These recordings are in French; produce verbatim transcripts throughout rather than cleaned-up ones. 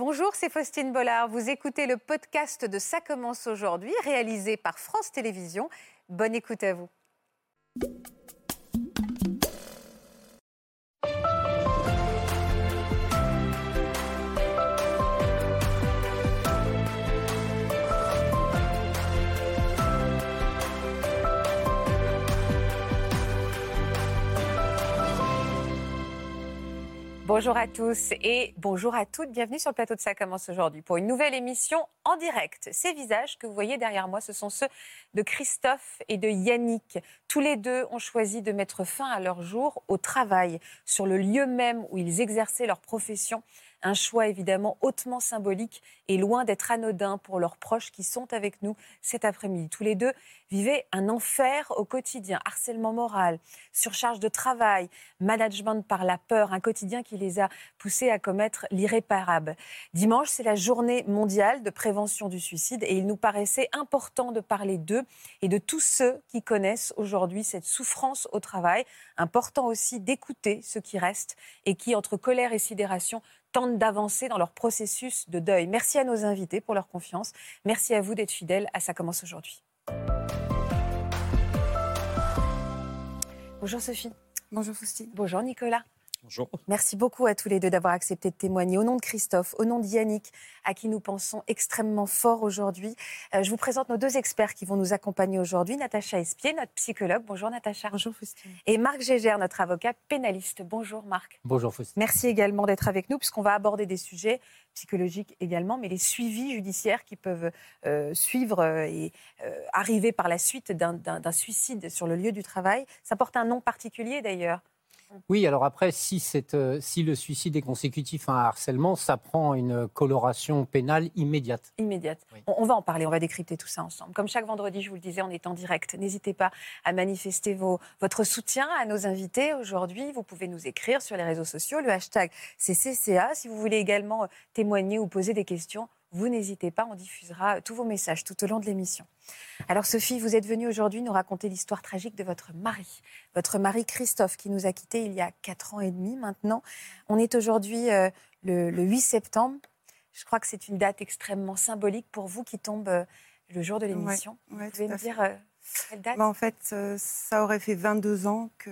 Bonjour, c'est Faustine Bollard. Vous écoutez le podcast de Ça commence aujourd'hui, réalisé par France Télévisions. Bonne écoute à vous. Bonjour à tous et bonjour à toutes. Bienvenue sur le plateau de Ça commence aujourd'hui pour une nouvelle émission en direct. Ces visages que vous voyez derrière moi, ce sont ceux de Christophe et de Yannick. Tous les deux ont choisi de mettre fin à leur jour au travail, sur le lieu même où ils exerçaient leur profession. Un choix évidemment hautement symbolique et loin d'être anodin pour leurs proches qui sont avec nous cet après-midi. Tous les deux vivaient un enfer au quotidien, harcèlement moral, surcharge de travail, management par la peur, un quotidien qui les a poussés à commettre l'irréparable. Dimanche, c'est la journée mondiale de prévention du suicide et il nous paraissait important de parler d'eux et de tous ceux qui connaissent aujourd'hui cette souffrance au travail. Important aussi d'écouter ceux qui restent et qui, entre colère et sidération, tentent d'avancer dans leur processus de deuil. Merci à nos invités pour leur confiance. Merci à vous d'être fidèles à Ça commence aujourd'hui. Bonjour Sophie. Bonjour Faustine. Bonjour Nicolas. Bonjour. Merci beaucoup à tous les deux d'avoir accepté de témoigner. Au nom de Christophe, au nom de Yannick, à qui nous pensons extrêmement fort aujourd'hui, euh, je vous présente nos deux experts qui vont nous accompagner aujourd'hui. Natacha Espier, notre psychologue. Bonjour Natacha. Bonjour Faustine. Et Marc Gégère, notre avocat pénaliste. Bonjour Marc. Bonjour Faustine. Merci également d'être avec nous puisqu'on va aborder des sujets psychologiques également, mais les suivis judiciaires qui peuvent euh, suivre euh, et euh, arriver par la suite d'un, d'un, d'un suicide sur le lieu du travail. Ça porte un nom particulier d'ailleurs. Oui, alors après, si, cette, euh, si le suicide est consécutif à un harcèlement, ça prend une coloration pénale immédiate. Immédiate. Oui. On, on va en parler, on va décrypter tout ça ensemble. Comme chaque vendredi, je vous le disais, on est en direct. N'hésitez pas à manifester vos, votre soutien à nos invités aujourd'hui. Vous pouvez nous écrire sur les réseaux sociaux. Le hashtag, c'est C C A. Si vous voulez également témoigner ou poser des questions, vous n'hésitez pas, on diffusera tous vos messages tout au long de l'émission. Alors Sophie, vous êtes venue aujourd'hui nous raconter l'histoire tragique de votre mari. Votre mari Christophe qui nous a quittés il y a quatre ans et demi maintenant. On est aujourd'hui euh, le, le huit septembre. Je crois que c'est une date extrêmement symbolique pour vous qui tombe euh, le jour de l'émission. Ouais, ouais, vous pouvez me dire euh, quelle date ? bah, En fait, euh, ça aurait fait vingt-deux ans que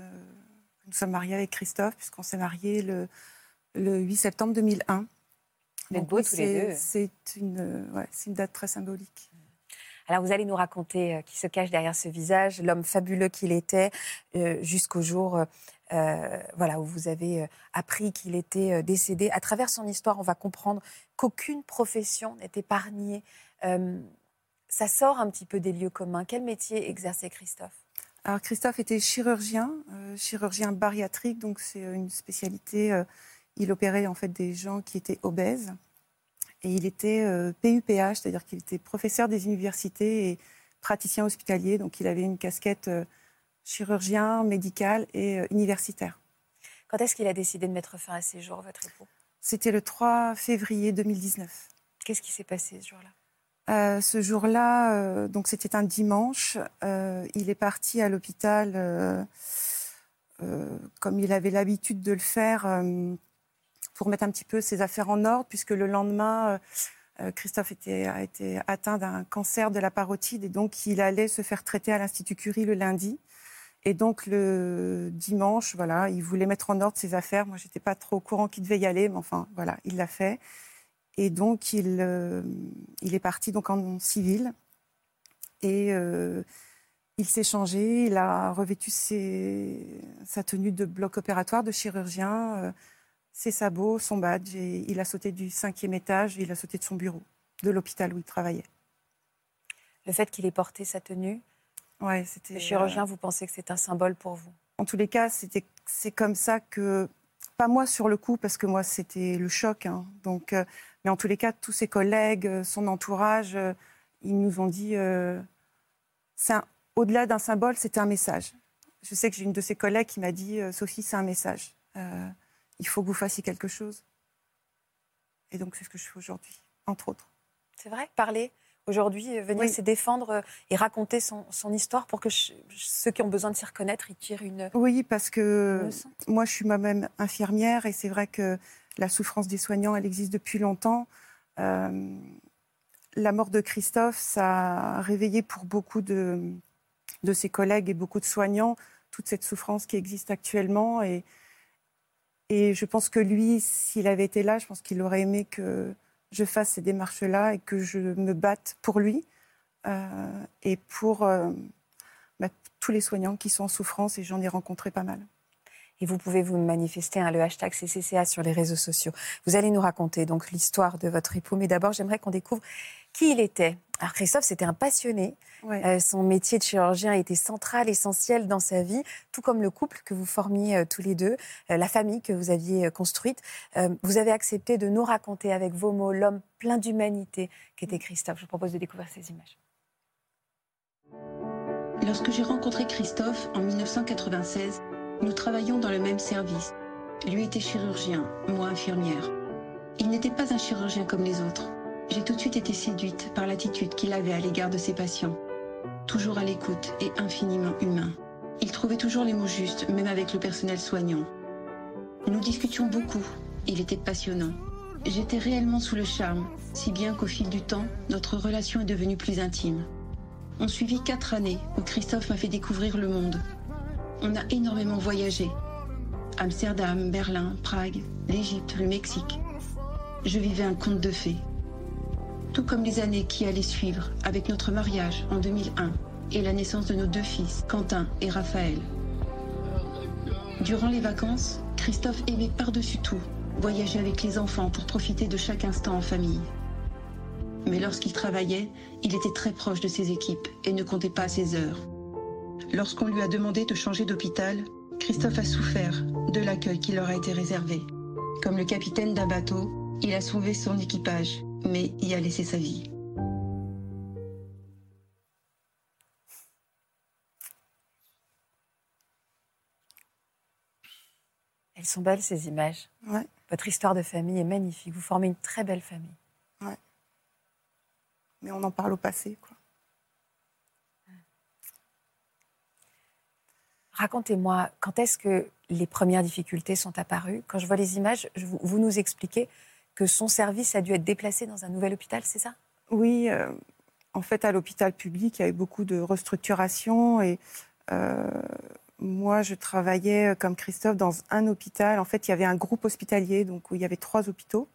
nous sommes mariés avec Christophe, puisqu'on s'est mariés le, le huit septembre deux mille un. Vous êtes Donc, beaux oui, tous c'est, les deux. C'est une, ouais, c'est une date très symbolique. Alors vous allez nous raconter euh, qui se cache derrière ce visage, l'homme fabuleux qu'il était, euh, jusqu'au jour euh, voilà, où vous avez euh, appris qu'il était euh, décédé. À travers son histoire, on va comprendre qu'aucune profession n'est épargnée. Euh, ça sort un petit peu des lieux communs. Quel métier exerçait Christophe ? Alors Christophe était chirurgien, euh, chirurgien bariatrique, donc c'est une spécialité. Euh, il opérait en fait des gens qui étaient obèses. Et il était euh, P U P H, c'est-à-dire qu'il était professeur des universités et praticien hospitalier. Donc il avait une casquette euh, chirurgien, médical et euh, universitaire. Quand est-ce qu'il a décidé de mettre fin à ses jours, votre époux ? C'était le trois février deux mille dix-neuf. Qu'est-ce qui s'est passé ce jour-là ? Euh, ce jour-là, euh, donc c'était un dimanche. Euh, il est parti à l'hôpital, euh, euh, comme il avait l'habitude de le faire, euh, pour mettre un petit peu ses affaires en ordre, puisque le lendemain, euh, Christophe était, a été atteint d'un cancer de la parotide, et donc il allait se faire traiter à l'Institut Curie le lundi. Et donc le dimanche, voilà, il voulait mettre en ordre ses affaires. Moi, je n'étais pas trop au courant qu'il devait y aller, mais enfin, voilà, il l'a fait. Et donc, il, euh, il est parti donc, en civil. Et euh, il s'est changé, il a revêtu ses, sa tenue de bloc opératoire, de chirurgien, euh, ses sabots, son badge, et il a sauté du cinquième étage, il a sauté de son bureau, de l'hôpital où il travaillait. Le fait qu'il ait porté sa tenue, ouais, c'était, le chirurgien, euh, vous pensez que c'est un symbole pour vous ? En tous les cas, c'était, c'est comme ça que, pas moi sur le coup, parce que moi c'était le choc, hein, donc, euh, mais en tous les cas, tous ses collègues, son entourage, euh, ils nous ont dit, euh, c'est un, au-delà d'un symbole, c'était un message. Je sais que j'ai une de ses collègues qui m'a dit, euh, Sophie, c'est un message. Euh, il faut que vous fassiez quelque chose. Et donc, c'est ce que je fais aujourd'hui, entre autres. C'est vrai, parler aujourd'hui, venir oui. se défendre et raconter son, son histoire pour que je, ceux qui ont besoin de s'y reconnaître, ils tirent une Oui, parce que une leçon. Moi, je suis moi-même infirmière et c'est vrai que la souffrance des soignants, elle existe depuis longtemps. Euh, la mort de Christophe, ça a réveillé pour beaucoup de, de ses collègues et beaucoup de soignants toute cette souffrance qui existe actuellement. Et, et je pense que lui, s'il avait été là, je pense qu'il aurait aimé que je fasse ces démarches-là et que je me batte pour lui euh, et pour euh, bah, tous les soignants qui sont en souffrance, et j'en ai rencontré pas mal. Et vous pouvez vous manifester, hein, le hashtag C C C A sur les réseaux sociaux. Vous allez nous raconter donc l'histoire de votre époux, mais d'abord, j'aimerais qu'on découvre qui il était. Alors Christophe, c'était un passionné. Ouais. Euh, son métier de chirurgien était central, essentiel dans sa vie, tout comme le couple que vous formiez euh, tous les deux, euh, la famille que vous aviez euh, construite. Euh, vous avez accepté de nous raconter avec vos mots l'homme plein d'humanité qu'était Christophe. Je vous propose de découvrir ces images. Lorsque j'ai rencontré Christophe en mille neuf cent quatre-vingt-seize, nous travaillions dans le même service. Lui était chirurgien, moi infirmière. Il n'était pas un chirurgien comme les autres. J'ai tout de suite été séduite par l'attitude qu'il avait à l'égard de ses patients. Toujours à l'écoute et infiniment humain. Il trouvait toujours les mots justes, même avec le personnel soignant. Nous discutions beaucoup. Il était passionnant. J'étais réellement sous le charme, si bien qu'au fil du temps, notre relation est devenue plus intime. On suivit quatre années où Christophe m'a fait découvrir le monde. On a énormément voyagé. Amsterdam, Berlin, Prague, l'Égypte, le Mexique. Je vivais un conte de fées. Tout comme les années qui allaient suivre avec notre mariage en deux mille un et la naissance de nos deux fils, Quentin et Raphaël. Durant les vacances, Christophe aimait par-dessus tout voyager avec les enfants pour profiter de chaque instant en famille. Mais lorsqu'il travaillait, il était très proche de ses équipes et ne comptait pas ses heures. Lorsqu'on lui a demandé de changer d'hôpital, Christophe a souffert de l'accueil qui leur a été réservé. Comme le capitaine d'un bateau, il a sauvé son équipage, mais y a laissé sa vie. Elles sont belles, ces images. Ouais. Votre histoire de famille est magnifique. Vous formez une très belle famille. Ouais. Mais on en parle au passé, quoi. Racontez-moi, quand est-ce que les premières difficultés sont apparues? Quand je vois les images, vous, vous nous expliquez que son service a dû être déplacé dans un nouvel hôpital, c'est ça? Oui, euh, en fait, à l'hôpital public, il y a eu beaucoup de restructuration. Et euh, moi, je travaillais, comme Christophe, dans un hôpital. En fait, il y avait un groupe hospitalier, donc où il y avait trois hôpitaux.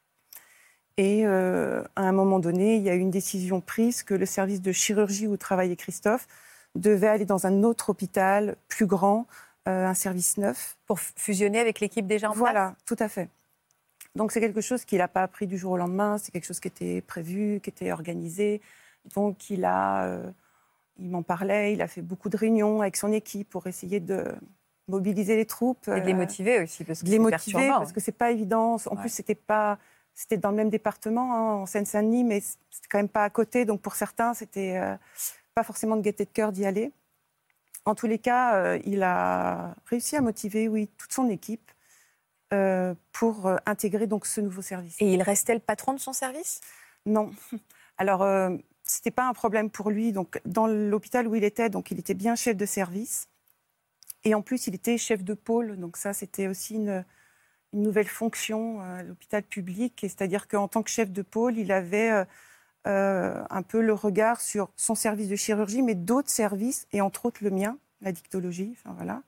Et euh, à un moment donné, il y a eu une décision prise que le service de chirurgie où travaillait Christophe devait aller dans un autre hôpital plus grand, euh, un service neuf. Pour fusionner avec l'équipe déjà en place? Voilà, tout à fait. Donc c'est quelque chose qu'il n'a pas appris du jour au lendemain, c'est quelque chose qui était prévu, qui était organisé. Donc il a, euh, il m'en parlait, il a fait beaucoup de réunions avec son équipe pour essayer de mobiliser les troupes. Et de les motiver aussi, parce que de les c'est motiver, perturbant. parce que c'est pas évident. En ouais. plus, c'était pas, c'était dans le même département, hein, en Seine-Saint-Denis, mais c'était quand même pas à côté. Donc pour certains, c'était euh, pas forcément de gaieté de cœur d'y aller. En tous les cas, euh, il a réussi à motiver, oui, toute son équipe euh, pour euh, intégrer donc ce nouveau service. Et il restait le patron de son service? Non. Alors, euh, c'était pas un problème pour lui. Donc, dans l'hôpital où il était, donc il était bien chef de service. Et en plus, il était chef de pôle. Donc ça, c'était aussi une, une nouvelle fonction euh, à l'hôpital public. Et c'est-à-dire qu'en tant que chef de pôle, il avait euh, euh, un peu le regard sur son service de chirurgie, mais d'autres services, et entre autres le mien, la dictologie. Enfin, voilà.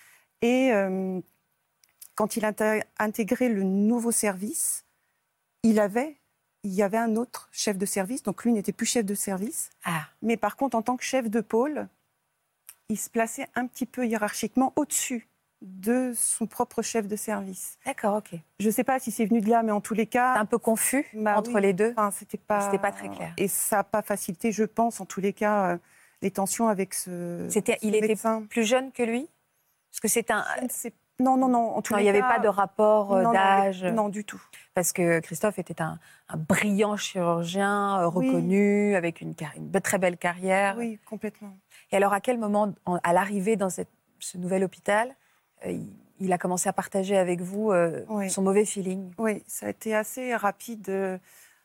Et euh, quand il a intégré le nouveau service, il avait, il y avait un autre chef de service. Donc lui n'était plus chef de service. Ah. Mais par contre, en tant que chef de pôle, il se plaçait un petit peu hiérarchiquement au-dessus de son propre chef de service. D'accord, ok. Je ne sais pas si c'est venu de là, mais en tous les cas... C'est un peu confus bah, entre oui, les deux. Enfin, c'était pas, c'était pas très clair. Et ça n'a pas facilité, je pense, en tous les cas, euh, les tensions avec ce, c'était, ce il médecin. était plus jeune que lui? Parce que c'est un... Non, non, non. En tous non, les il n'y avait cas, pas de rapport euh, non, d'âge. Non, non, du tout. Parce que Christophe était un, un brillant chirurgien euh, reconnu, oui. avec une, une très belle carrière. Oui, complètement. Et alors, à quel moment, en, à l'arrivée dans cette, ce nouvel hôpital, euh, il, il a commencé à partager avec vous euh, oui. son mauvais feeling? Oui, ça a été assez rapide. Euh,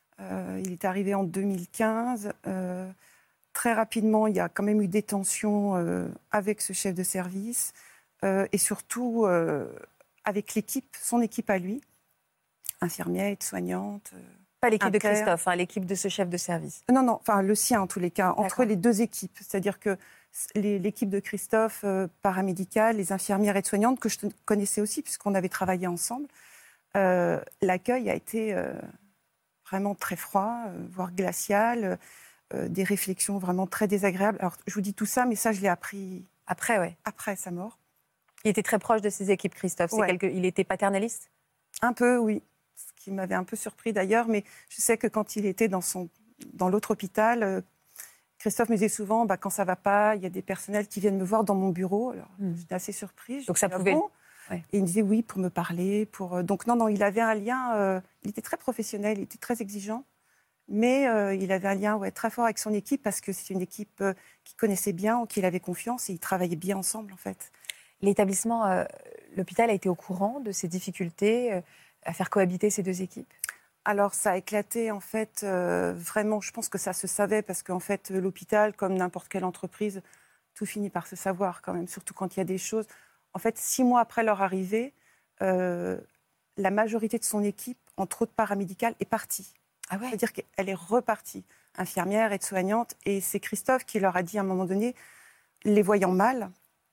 il est arrivé en deux mille quinze. Euh, très rapidement, il y a quand même eu des tensions euh, avec ce chef de service euh, et surtout euh, avec l'équipe, son équipe à lui. infirmière, aide-soignante. Euh, Pas l'équipe inter. de Christophe, hein, l'équipe de ce chef de service. Non, non, enfin le sien en tous les cas, entre D'accord. les deux équipes. C'est-à-dire que les, l'équipe de Christophe, euh, paramédicale, les infirmières aides-soignantes, que je connaissais aussi puisqu'on avait travaillé ensemble, euh, l'accueil a été euh, vraiment très froid, euh, voire glacial, euh, des réflexions vraiment très désagréables. Alors je vous dis tout ça, mais ça je l'ai appris Après, ouais. après sa mort. Il était très proche de ses équipes, Christophe. C'est Ouais. quelque... Il était paternaliste? Un peu, oui. Ce qui m'avait un peu surpris d'ailleurs, mais je sais que quand il était dans, son, dans l'autre hôpital, euh, Christophe me disait souvent, bah, quand ça ne va pas, il y a des personnels qui viennent me voir dans mon bureau. Alors, mmh. J'étais assez surprise. Donc ça dis, pouvait... Ah bon ouais. Et il me disait oui, pour me parler. Pour... Donc non, non, il avait un lien, euh, il était très professionnel, il était très exigeant, mais euh, il avait un lien ouais, très fort avec son équipe parce que c'est une équipe euh, qu'il connaissait bien, en qui il avait confiance et ils travaillaient bien ensemble en fait. L'établissement, euh, l'hôpital a été au courant de ces difficultés euh, à faire cohabiter ces deux équipes? Alors, ça a éclaté, en fait, euh, vraiment, je pense que ça se savait, parce qu'en fait, l'hôpital, comme n'importe quelle entreprise, tout finit par se savoir quand même, surtout quand il y a des choses. En fait, six mois après leur arrivée, euh, la majorité de son équipe, entre autres paramédicale, est partie. Ah ouais. C'est-à-dire qu'elle est repartie, infirmière, aide-soignante, et c'est Christophe qui leur a dit à un moment donné, les voyant mal,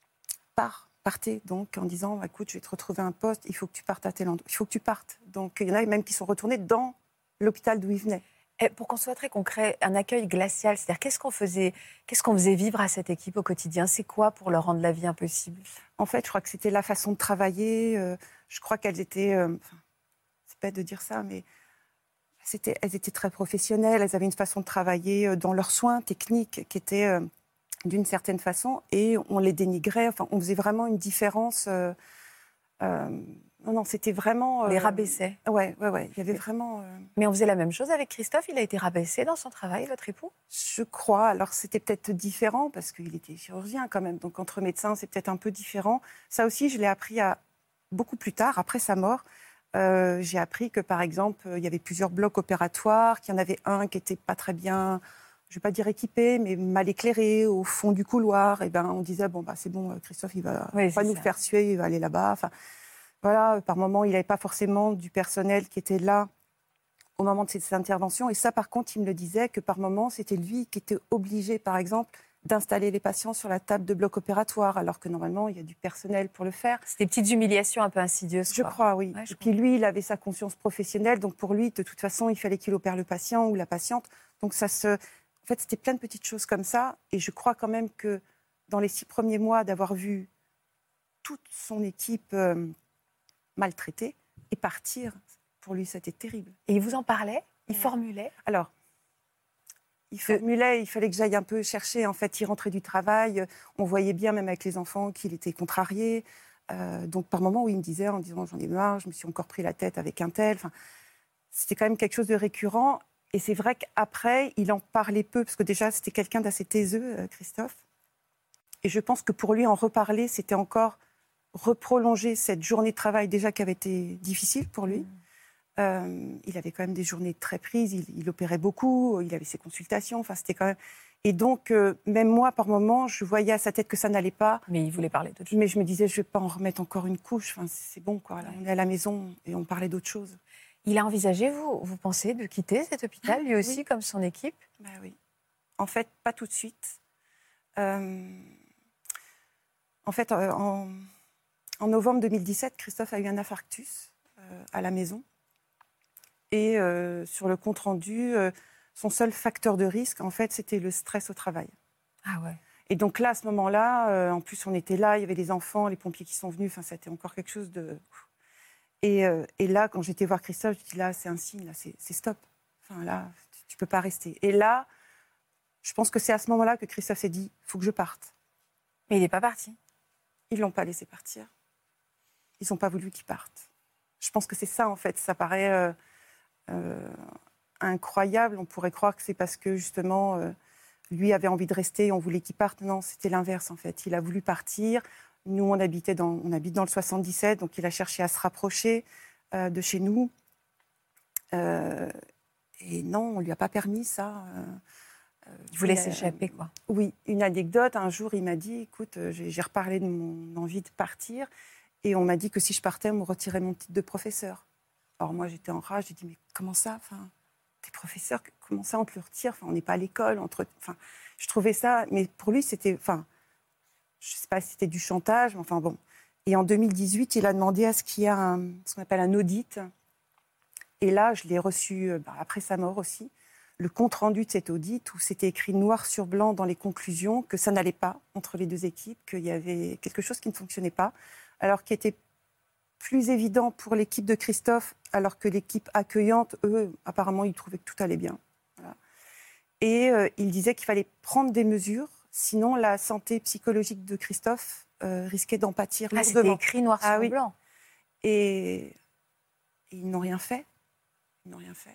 pars. Partez donc en disant écoute, je vais te retrouver un poste, il faut que tu partes à tel endroit, il faut que tu partes. Donc il y en a même qui sont retournés dans l'hôpital d'où ils venaient. Et pour qu'on soit très concret, un accueil glacial, c'est-à-dire qu'est-ce qu'on faisait, qu'est-ce qu'on faisait vivre à cette équipe au quotidien? C'est quoi pour leur rendre la vie impossible? En fait, je crois que c'était la façon de travailler. Euh, je crois qu'elles étaient, euh, enfin, c'est bête de dire ça, mais c'était, elles étaient très professionnelles. Elles avaient une façon de travailler dans leurs soins techniques qui était euh, d'une certaine façon, et on les dénigrait. Enfin, on faisait vraiment une différence. Euh, euh, non, non, c'était vraiment... On Euh, les rabaissait. Ouais, ouais, ouais. Il y avait vraiment... Euh... Mais on faisait la même chose avec Christophe. Il a été rabaissé dans son travail, votre époux? Je crois. Alors, c'était peut-être différent, parce qu'il était chirurgien quand même. Donc, entre médecins, c'est peut-être un peu différent. Ça aussi, je l'ai appris à... beaucoup plus tard, après sa mort. Euh, j'ai appris que, par exemple, il y avait plusieurs blocs opératoires, qu'il y en avait un qui n'était pas très bien... je ne vais pas dire équipé, mais mal éclairé, au fond du couloir. Et ben, on disait, bon, bah, c'est bon, Christophe, il va oui, pas nous ça. faire suer, il va aller là-bas. Enfin, voilà, par moment, il n'avait pas forcément du personnel qui était là au moment de ces interventions. Et ça, par contre, il me le disait, que par moment, c'était lui qui était obligé, par exemple, d'installer les patients sur la table de bloc opératoire, alors que normalement, il y a du personnel pour le faire. C'est des petites humiliations un peu insidieuses. Je quoi. crois, oui. Ouais, je et puis crois. lui, il avait sa conscience professionnelle, donc pour lui, de toute façon, il fallait qu'il opère le patient ou la patiente. Donc ça se... En fait, c'était plein de petites choses comme ça. Et je crois quand même que dans les six premiers mois, d'avoir vu toute son équipe euh, maltraitée et partir, pour lui, c'était terrible. Et il vous en parlait? Il Ouais. formulait? Alors, il formulait, il fallait que j'aille un peu chercher. En fait, il rentrait du travail. On voyait bien, même avec les enfants, qu'il était contrarié. Euh, donc, par moments où il me disait, en disant, j'en ai marre, je me suis encore pris la tête avec un tel. Enfin, c'était quand même quelque chose de récurrent. Et c'est vrai qu'après, il en parlait peu, parce que déjà, c'était quelqu'un d'assez taiseux, Christophe. Et je pense que pour lui, en reparler, c'était encore reprolonger cette journée de travail déjà qui avait été difficile pour lui. Mmh. Euh, il avait quand même des journées très prises, il, il opérait beaucoup, il avait ses consultations, enfin, c'était quand même... Et donc, euh, même moi, par moments, je voyais à sa tête que ça n'allait pas. Mais il voulait parler d'autre chose. Mais je me disais, je ne vais pas en remettre encore une couche, enfin, c'est bon, quoi. Là, ouais. On est à la maison et on parlait d'autre chose. Il a envisagé, vous, vous pensez, de quitter cet hôpital, lui aussi, oui. comme son équipe? Ben oui. En fait, pas tout de suite. Euh... En fait, en... en novembre deux mille dix-sept, Christophe a eu un infarctus euh, à la maison. Et euh, sur le compte-rendu, euh, son seul facteur de risque, en fait, c'était le stress au travail. Ah ouais. Et donc là, à ce moment-là, euh, en plus, on était là, il y avait les enfants, les pompiers qui sont venus, enfin, c'était encore quelque chose de... Et, euh, et là, quand j'étais voir Christophe, je dis là, c'est un signe, là, c'est, c'est stop. Enfin, là, tu ne peux pas rester. Et là, je pense que c'est à ce moment-là que Christophe s'est dit, il faut que je parte. Mais il n'est pas parti. Ils ne l'ont pas laissé partir. Ils n'ont pas voulu qu'il parte. Je pense que c'est ça, en fait. Ça paraît euh, euh, incroyable. On pourrait croire que c'est parce que, justement, euh, lui avait envie de rester et on voulait qu'il parte. Non, c'était l'inverse, en fait. Il a voulu partir. Nous, on, habitait dans, on habite dans le soixante-dix-sept, donc il a cherché à se rapprocher euh, de chez nous. Euh, et non, on ne lui a pas permis ça. Euh, il voulait s'échapper, quoi. Oui, une anecdote. Un jour, il m'a dit, écoute, j'ai, j'ai reparlé de mon envie de partir. Et on m'a dit que si je partais, on me retirait mon titre de professeur. Alors moi, j'étais en rage, j'ai dit, mais comment ça enfin, t'es professeur, comment ça on te le retire enfin, on n'est pas à l'école. Entre... Enfin, je trouvais ça, mais pour lui, c'était... Enfin, je ne sais pas si c'était du chantage, mais enfin bon. Et en deux mille dix-huit, il a demandé à ce qu'il y ait un, ce qu'on appelle un audit. Et là, je l'ai reçu, bah, après sa mort aussi, le compte-rendu de cet audit où c'était écrit noir sur blanc dans les conclusions que ça n'allait pas entre les deux équipes, qu'il y avait quelque chose qui ne fonctionnait pas, alors qu'il était plus évident pour l'équipe de Christophe, alors que l'équipe accueillante, eux, apparemment, ils trouvaient que tout allait bien. Voilà. Et euh, il disait qu'il fallait prendre des mesures, sinon la santé psychologique de Christophe euh, risquait d'en pâtir ah, lourdement. C'était écrit noir sur ah, oui. blanc. Et, et ils n'ont rien fait. Ils n'ont rien fait.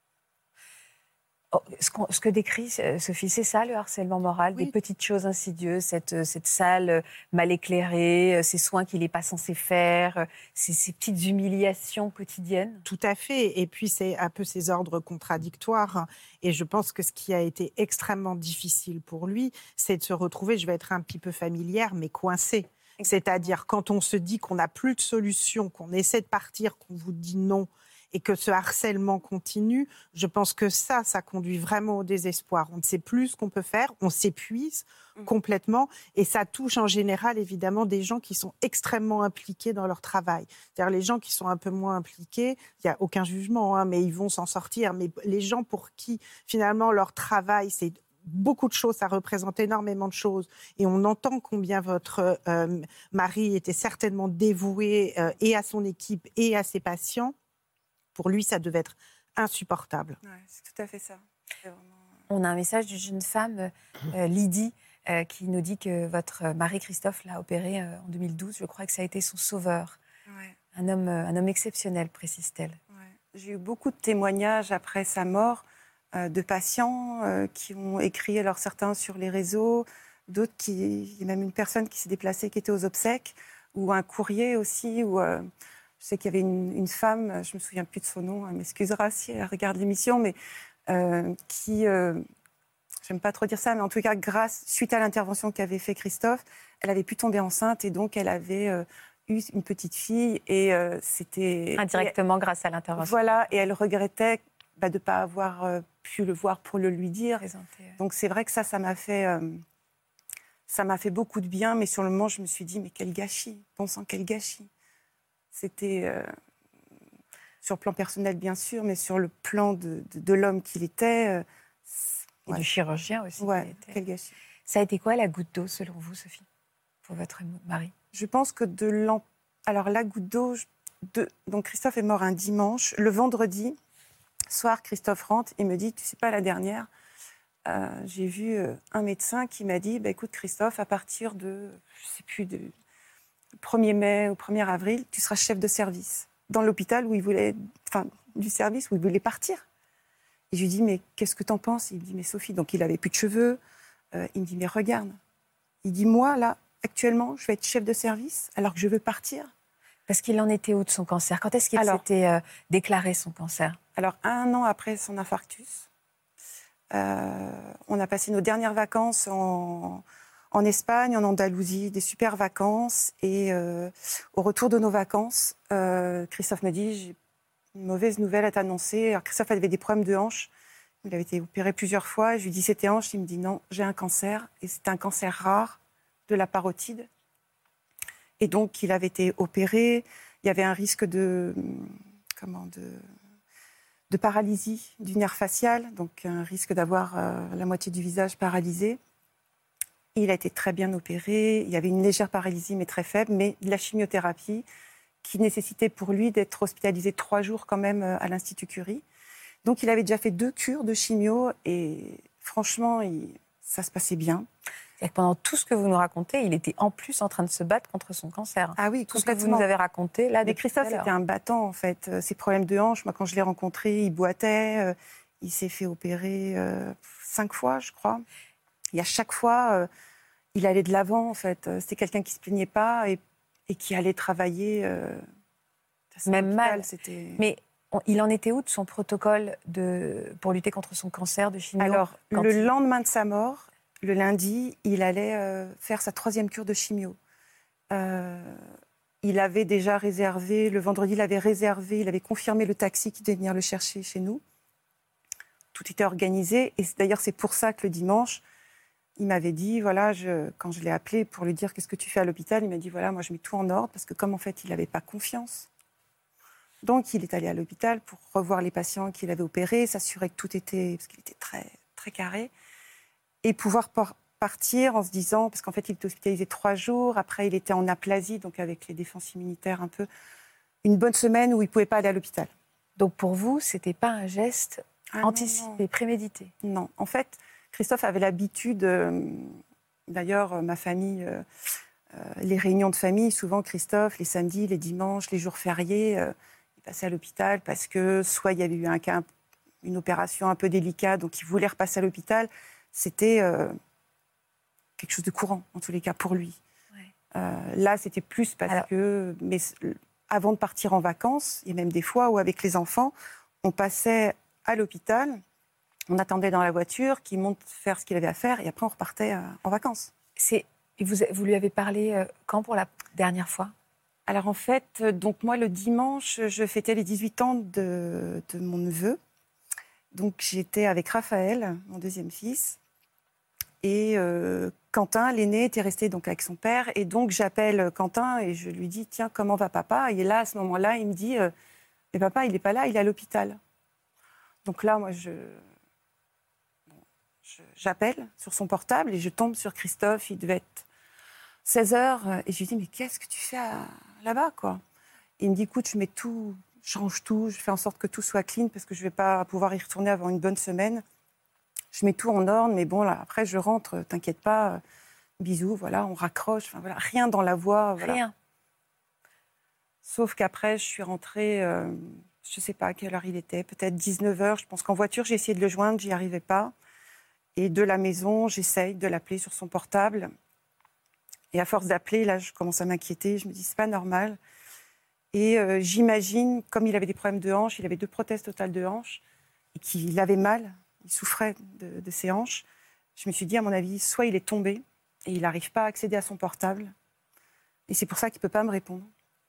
Oh, ce, ce que décrit Sophie, c'est ça le harcèlement moral, oui. Des petites choses insidieuses, cette, cette salle mal éclairée, ces soins qu'il n'est pas censé faire, ces, ces petites humiliations quotidiennes. Tout à fait. Et puis c'est un peu ces ordres contradictoires. Et je pense que ce qui a été extrêmement difficile pour lui, c'est de se retrouver, je vais être un petit peu familière, mais coincé. C'est-à-dire quand on se dit qu'on n'a plus de solution, qu'on essaie de partir, qu'on vous dit non, et que ce harcèlement continue, je pense que ça, ça conduit vraiment au désespoir. On ne sait plus ce qu'on peut faire, on s'épuise mmh. complètement, et ça touche en général, évidemment, des gens qui sont extrêmement impliqués dans leur travail. C'est-à-dire les gens qui sont un peu moins impliqués, il n'y a aucun jugement, hein, mais ils vont s'en sortir. Mais les gens pour qui, finalement, leur travail, c'est beaucoup de choses, ça représente énormément de choses. Et on entend combien votre euh, mari était certainement dévoué euh, et à son équipe et à ses patients. Pour lui, ça devait être insupportable. Ouais, c'est tout à fait ça. Vraiment... On a un message d'une jeune femme, euh, Lydie, euh, qui nous dit que votre mari Christophe l'a opéré euh, en deux mille douze. Je crois que ça a été son sauveur. Ouais. Un homme, euh, un homme exceptionnel, précise-t-elle. Ouais. J'ai eu beaucoup de témoignages après sa mort euh, de patients euh, qui ont écrit, alors certains sur les réseaux, d'autres qui... Il y a même une personne qui s'est déplacée, qui était aux obsèques, ou un courrier aussi, où... Euh, Je sais qu'il y avait une, une femme, je ne me souviens plus de son nom, elle m'excusera si elle regarde l'émission, mais euh, qui, euh, j'aime pas trop dire ça, mais en tout cas, grâce, suite à l'intervention qu'avait fait Christophe, elle avait pu tomber enceinte et donc elle avait euh, eu une petite fille et euh, c'était... Indirectement et, grâce à l'intervention. Voilà, et elle regrettait bah, de ne pas avoir euh, pu le voir pour le lui dire. Présenté, ouais. Donc c'est vrai que ça, ça m'a fait... Euh, ça m'a fait beaucoup de bien, mais sur le moment, je me suis dit, mais quel gâchis, bon sang, quel gâchis. C'était euh, sur le plan personnel, bien sûr, mais sur le plan de, de, de l'homme qu'il était. Euh, Et ouais. du chirurgien aussi. Ouais, quel gâchis. Ça a été quoi la goutte d'eau, selon vous, Sophie, pour votre mari ? Je pense que de l'an... Alors, la goutte d'eau... De... Donc, Christophe est mort un dimanche. Le vendredi soir, Christophe rentre et me dit, tu sais pas, la dernière, euh, j'ai vu euh, un médecin qui m'a dit, bah, écoute, Christophe, à partir de, je sais plus, de... premier mai ou premier avril, tu seras chef de service dans l'hôpital où il voulait, enfin, du service où il voulait partir. Et je lui dis, mais qu'est-ce que t'en penses ? Il me dit, mais Sophie, donc il avait plus de cheveux. Euh, il me dit, mais regarde. Il dit, moi, là, actuellement, je vais être chef de service alors que je veux partir. Parce qu'il en était où de son cancer ? Quand est-ce qu'il alors, s'était euh, déclaré son cancer ? Alors, un an après son infarctus, euh, on a passé nos dernières vacances en... en Espagne, en Andalousie, des super vacances. Et euh, au retour de nos vacances, euh, Christophe me dit, j'ai une mauvaise nouvelle à t'annoncer. Alors Christophe avait des problèmes de hanche. Il avait été opéré plusieurs fois. Je lui dis, c'était hanche. Il me dit, non, j'ai un cancer. Et c'est un cancer rare de la parotide. Et donc, il avait été opéré. Il y avait un risque de, comment, de, de paralysie du nerf facial. Donc, un risque d'avoir euh, la moitié du visage paralysé. Il a été très bien opéré, il y avait une légère paralysie, mais très faible, mais de la chimiothérapie qui nécessitait pour lui d'être hospitalisé trois jours quand même à l'Institut Curie. Donc il avait déjà fait deux cures de chimio et franchement, il... ça se passait bien. C'est-à-dire que pendant tout ce que vous nous racontez, il était en plus en train de se battre contre son cancer. Ah oui, tout ce que vous nous avez raconté là. Mais Christophe, c'était un battant en fait. Ses problèmes de hanche, moi quand je l'ai rencontré, il boitait, il s'est fait opérer euh, cinq fois, je crois. Et à chaque fois, euh, il allait de l'avant, en fait. C'était quelqu'un qui ne se plaignait pas et, et qui allait travailler. Euh, Même mal. C'était... Mais on, il en était où de son protocole de, pour lutter contre son cancer de chimio ? Alors, le il... lendemain de sa mort, le lundi, il allait euh, faire sa troisième cure de chimio. Euh, il avait déjà réservé, le vendredi, il avait réservé, il avait confirmé le taxi qui devait venir le chercher chez nous. Tout était organisé. Et d'ailleurs, c'est pour ça que le dimanche, il m'avait dit, voilà, je, quand je l'ai appelé pour lui dire qu'est-ce que tu fais à l'hôpital, il m'a dit, voilà, moi je mets tout en ordre, parce que comme en fait, il n'avait pas confiance. Donc, il est allé à l'hôpital pour revoir les patients qu'il avait opérés, s'assurer que tout était, parce qu'il était très, très carré, et pouvoir par- partir en se disant, parce qu'en fait, il était hospitalisé trois jours, après il était en aplasie, donc avec les défenses immunitaires un peu, une bonne semaine où il ne pouvait pas aller à l'hôpital. Donc pour vous, ce n'était pas un geste Ah, non, anticipé, non. prémédité? Non, en fait, Christophe avait l'habitude, euh, d'ailleurs, euh, ma famille, euh, euh, les réunions de famille, souvent Christophe, les samedis, les dimanches, les jours fériés, euh, il passait à l'hôpital parce que soit il y avait eu un cas, une opération un peu délicate, donc il voulait repasser à l'hôpital. C'était euh, quelque chose de courant, en tous les cas, pour lui. Ouais. Euh, là, c'était plus parce Alors... que, mais, avant de partir en vacances, il y a même des fois où, avec les enfants, on passait à l'hôpital, on attendait dans la voiture qu'il monte faire ce qu'il avait à faire, et après on repartait euh, en vacances. C'est... Et vous, vous lui avez parlé euh, quand pour la dernière fois? Alors en fait, euh, donc moi le dimanche, je fêtais les dix-huit ans de, de mon neveu. Donc j'étais avec Raphaël, mon deuxième fils, et euh, Quentin, l'aîné, était resté donc avec son père. Et donc j'appelle Quentin et je lui dis, tiens, comment va papa? Et là, à ce moment-là, il me dit, euh, mais papa, il n'est pas là, il est à l'hôpital. Donc là, moi, je... J'appelle sur son portable et je tombe sur Christophe. Il devait être seize heures. Et je lui dis, mais qu'est-ce que tu fais à... là-bas, quoi? Et il me dit, écoute, je mets tout, je range tout, je fais en sorte que tout soit clean parce que je ne vais pas pouvoir y retourner avant une bonne semaine. Je mets tout en ordre, mais bon, là, après, je rentre, t'inquiète pas. Bisous, voilà, on raccroche. Enfin, voilà, rien dans la voix. Voilà. Rien. Sauf qu'après, je suis rentrée, euh, je ne sais pas à quelle heure il était, peut-être dix-neuf heures. Je pense qu'en voiture, j'ai essayé de le joindre, j'y arrivais pas. Et de la maison, j'essaye de l'appeler sur son portable. Et à force d'appeler, là, je commence à m'inquiéter. Je me dis, c'est pas normal. Et euh, j'imagine, comme il avait des problèmes de hanches, il avait deux prothèses totales de hanches, et qu'il avait mal, il souffrait de, de ses hanches. Je me suis dit, à mon avis, soit il est tombé, et il n'arrive pas à accéder à son portable. Et c'est pour ça qu'il ne peut pas me répondre.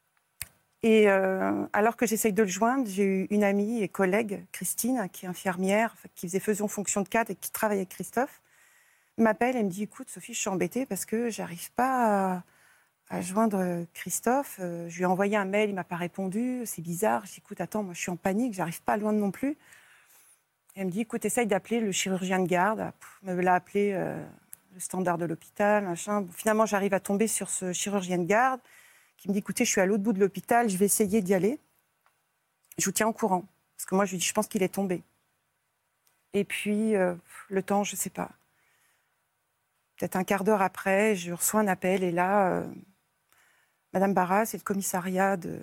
Et euh, alors que j'essaye de le joindre, j'ai eu une amie et collègue, Christine, qui est infirmière, qui faisait faisant fonction de cadre et qui travaille avec Christophe, m'appelle et me dit, écoute, Sophie, je suis embêtée parce que je n'arrive pas à, à joindre Christophe. Euh, je lui ai envoyé un mail, il ne m'a pas répondu, c'est bizarre. Je dis, écoute, attends, moi je suis en panique, je n'arrive pas à le joindre non plus. Et elle me dit, écoute, essaye d'appeler le chirurgien de garde. Elle me l'a appelé euh, le standard de l'hôpital, machin. Bon, finalement, j'arrive à tomber sur ce chirurgien de garde qui me dit, écoutez, je suis à l'autre bout de l'hôpital, je vais essayer d'y aller. Je vous tiens au courant. Parce que moi, je lui dis, je pense qu'il est tombé. Et puis, euh, le temps, je ne sais pas. Peut-être un quart d'heure après, je reçois un appel. Et là, euh, Madame Barras, c'est le commissariat de,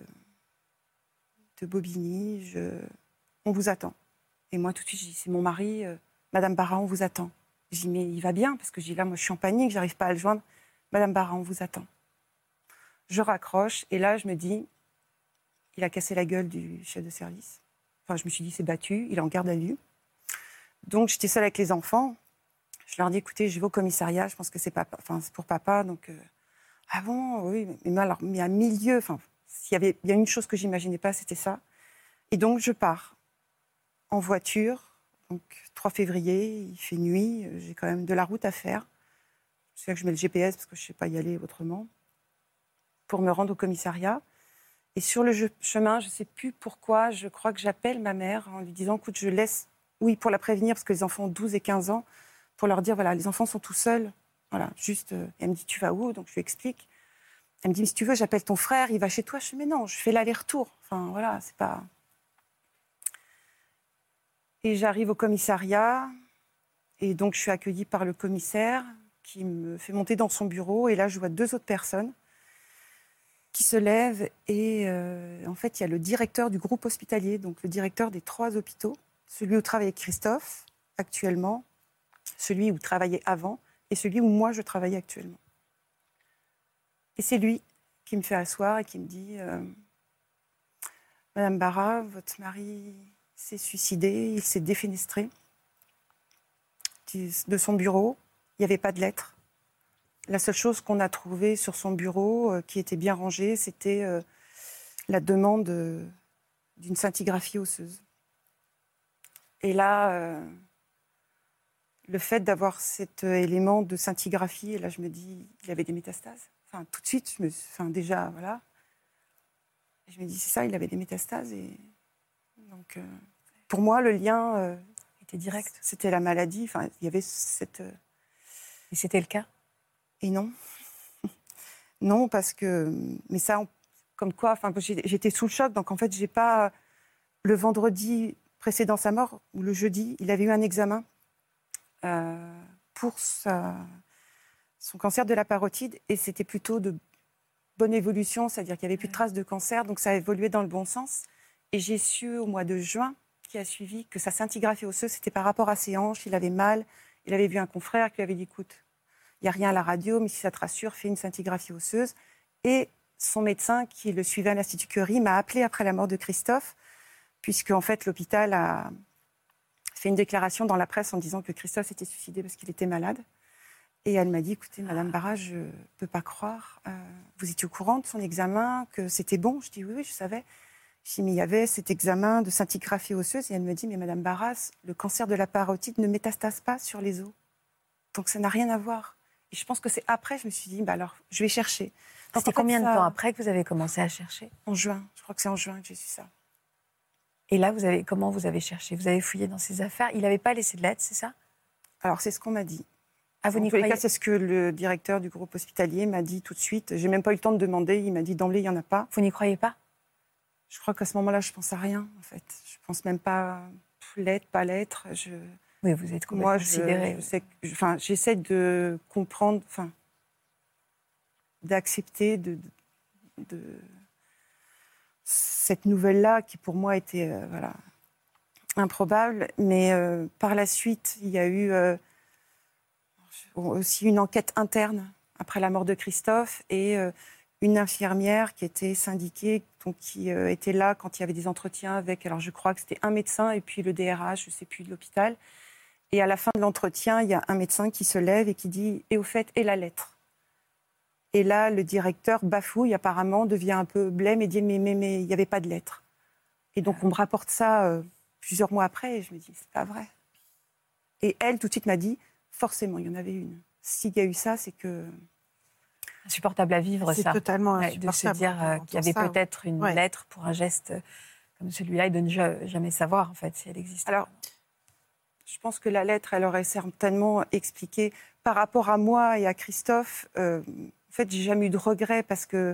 de Bobigny. Je, on vous attend. Et moi, tout de suite, je dis, c'est mon mari. Euh, Madame Barras, on vous attend. Je dis, mais il va bien? Parce que je dis, là, moi, je suis en panique, je n'arrive pas à le joindre. Madame Barras, on vous attend. Je raccroche. Et là, je me dis, il a cassé la gueule du chef de service. Enfin, je me suis dit, c'est battu, il est en garde à vue. Donc, j'étais seule avec les enfants. Je leur dis, écoutez, je vais au commissariat, je pense que c'est, papa, enfin, c'est pour papa. Donc, euh, ah bon, oui. Mais, mais alors, mais à milieu, enfin, s'il y avait bien une chose que je n'imaginais pas, c'était ça. Et donc, je pars en voiture. Donc, trois février, il fait nuit, j'ai quand même de la route à faire. C'est là que je mets le G P S parce que je ne sais pas y aller autrement. Pour me rendre au commissariat. Et sur le chemin, je ne sais plus pourquoi, je crois que j'appelle ma mère en lui disant, écoute, je laisse, oui, pour la prévenir, parce que les enfants ont douze et quinze ans, pour leur dire, voilà, les enfants sont tout seuls. Voilà, juste, euh, elle me dit, tu vas où? Donc je lui explique. Elle me dit, mais si tu veux, j'appelle ton frère, il va chez toi. Je dis, mais non, je fais l'aller-retour. Enfin, voilà, c'est pas... Et j'arrive au commissariat, et donc je suis accueillie par le commissaire, qui me fait monter dans son bureau, et là, je vois deux autres personnes qui se lève et euh, en fait, il y a le directeur du groupe hospitalier, donc le directeur des trois hôpitaux, celui où travaillait Christophe actuellement, celui où travaillait avant et celui où moi je travaillais actuellement. Et c'est lui qui me fait asseoir et qui me dit euh, « Madame Barras, votre mari s'est suicidé, il s'est défenestré de son bureau, il n'y avait pas de lettre. La seule chose qu'on a trouvée sur son bureau, euh, qui était bien rangée, c'était euh, la demande euh, d'une scintigraphie osseuse. Et là, euh, le fait d'avoir cet euh, élément de scintigraphie, et là je me dis, il avait des métastases. Enfin, tout de suite, je me, enfin, déjà, voilà. Et je me dis, c'est ça, il avait des métastases. Et donc, euh, pour moi, le lien euh, était direct. C'était la maladie. Enfin, il y avait cette. Euh... Et c'était le cas ? Et non. Non, parce que. Mais ça, on... comme quoi, enfin, j'étais sous le choc. Donc, en fait, j'ai pas. Le vendredi précédant sa mort, ou le jeudi, il avait eu un examen euh, pour sa... son cancer de la parotide. Et c'était plutôt de bonne évolution, c'est-à-dire qu'il n'y avait plus de traces de cancer. Donc, ça a évolué dans le bon sens. Et j'ai su au mois de juin, qui a suivi, que sa scintigraphie osseuse, c'était par rapport à ses hanches. Il avait mal. Il avait vu un confrère qui lui avait dit, écoute, il n'y a rien à la radio, mais si ça te rassure, fais une scintigraphie osseuse. Et son médecin, qui le suivait à l'Institut Curie, m'a appelé après la mort de Christophe, puisque en fait, l'hôpital a fait une déclaration dans la presse en disant que Christophe s'était suicidé parce qu'il était malade. Et elle m'a dit, écoutez, Madame Barras, je ne peux pas croire. Euh, vous étiez au courant de son examen, que c'était bon ? Je dis, oui, oui, je savais. Je dis, mais il y avait cet examen de scintigraphie osseuse. Et elle me dit, mais Madame Barras, le cancer de la parotide ne métastase pas sur les os. Donc ça n'a rien à voir. Et je pense que c'est après, je me suis dit, bah alors, je vais chercher. C'était combien de temps après que vous avez commencé à chercher ? En juin. Je crois que c'est en juin que j'ai su ça. Et là, vous avez, comment vous avez cherché ? Vous avez fouillé dans ses affaires ? Il n'avait pas laissé de lettre, c'est ça ? Alors, c'est ce qu'on m'a dit. Ah, vous en n'y tous les croyez... cas, c'est ce que le directeur du groupe hospitalier m'a dit tout de suite. J'ai même pas eu le temps de demander. Il m'a dit d'emblée, il n'y en a pas. Vous n'y croyez pas ? Je crois qu'à ce moment-là, je pense à rien, en fait. Je pense même pas l'être, pas l'être. Je... Oui, vous êtes complètement Moi, je, sidérée. je sais, je, enfin, j'essaie de comprendre, enfin, d'accepter de, de, de cette nouvelle-là qui, pour moi, était euh, voilà, improbable. Mais euh, par la suite, il y a eu euh, aussi une enquête interne après la mort de Christophe et euh, une infirmière qui était syndiquée, donc qui euh, était là quand il y avait des entretiens avec, alors je crois que c'était un médecin et puis le D R H, je ne sais plus, de l'hôpital. Et à la fin de l'entretien, il y a un médecin qui se lève et qui dit « Et au fait, et la lettre ?» Et là, le directeur bafouille apparemment, devient un peu blême et dit « Mais mais mais il n'y avait pas de lettre. » Et donc on me rapporte ça euh, plusieurs mois après et je me dis « C'est pas vrai. » Et elle, tout de suite, m'a dit « Forcément, il y en avait une. S'il y a eu ça, c'est que... » Insupportable à vivre, c'est ça. C'est totalement ouais, insupportable. De se dire euh, qu'il y avait ça, peut-être une ouais. lettre pour un geste comme celui-là et de ne jamais savoir, en fait, si elle existe. Alors, je pense que la lettre, elle aurait certainement expliqué, par rapport à moi et à Christophe, euh, en fait, j'ai jamais eu de regrets parce que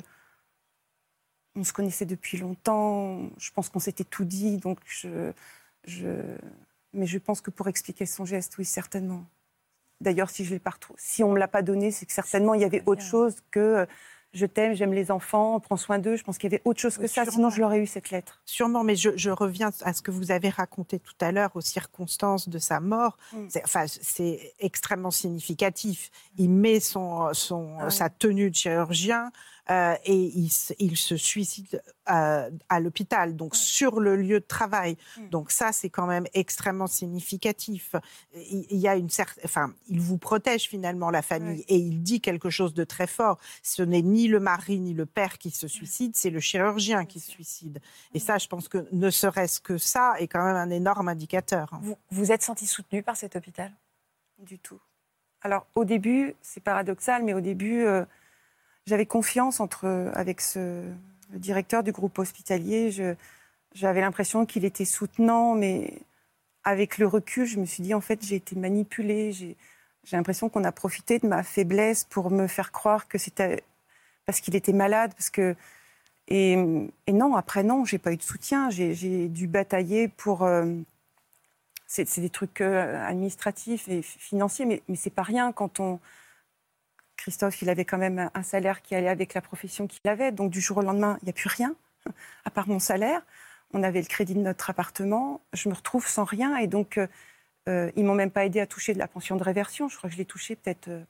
on se connaissait depuis longtemps. Je pense qu'on s'était tout dit, donc je, je... Mais je pense que pour expliquer son geste, oui, certainement. D'ailleurs, si je l'ai pas retrouvé, si on me l'a pas donné, c'est que certainement il y avait autre chose que euh, je t'aime, j'aime les enfants, prends soin d'eux. Je pense qu'il y avait autre chose que oui, ça. Sûrement. Sinon, je l'aurais eu cette lettre. Sûrement, mais je, je reviens à ce que vous avez raconté tout à l'heure, aux circonstances de sa mort. Mm. C'est, enfin, c'est extrêmement significatif. Il met son, son, ah, sa tenue de chirurgien. Euh, et il, il se suicide euh, à l'hôpital, donc ouais. sur le lieu de travail. Mmh. Donc ça, c'est quand même extrêmement significatif. Il, il y a une certaine, enfin, il vous protège finalement la famille, ouais. et il dit quelque chose de très fort. Ce n'est ni le mari ni le père qui se suicide, c'est le chirurgien qui se suicide. Et ça, je pense que ne serait-ce que ça est quand même un énorme indicateur. Vous vous êtes senti soutenu par cet hôpital ? Du tout. Alors au début, c'est paradoxal, mais au début. Euh, J'avais confiance entre, avec ce, le directeur du groupe hospitalier. Je, j'avais l'impression qu'il était soutenant, mais avec le recul, je me suis dit, en fait, j'ai été manipulée. J'ai, j'ai l'impression qu'on a profité de ma faiblesse pour me faire croire que c'était parce qu'il était malade. Parce que, et, et non, après, non, je n'ai pas eu de soutien. J'ai, j'ai dû batailler pour... Euh, c'est, c'est des trucs euh, administratifs et financiers, mais, mais ce n'est pas rien quand on... Christophe, il avait quand même un salaire qui allait avec la profession qu'il avait. Donc, du jour au lendemain, il n'y a plus rien, à part mon salaire. On avait le crédit de notre appartement. Je me retrouve sans rien. Et donc, euh, ils ne m'ont même pas aidé à toucher de la pension de réversion. Je crois que je l'ai touchée peut-être euh,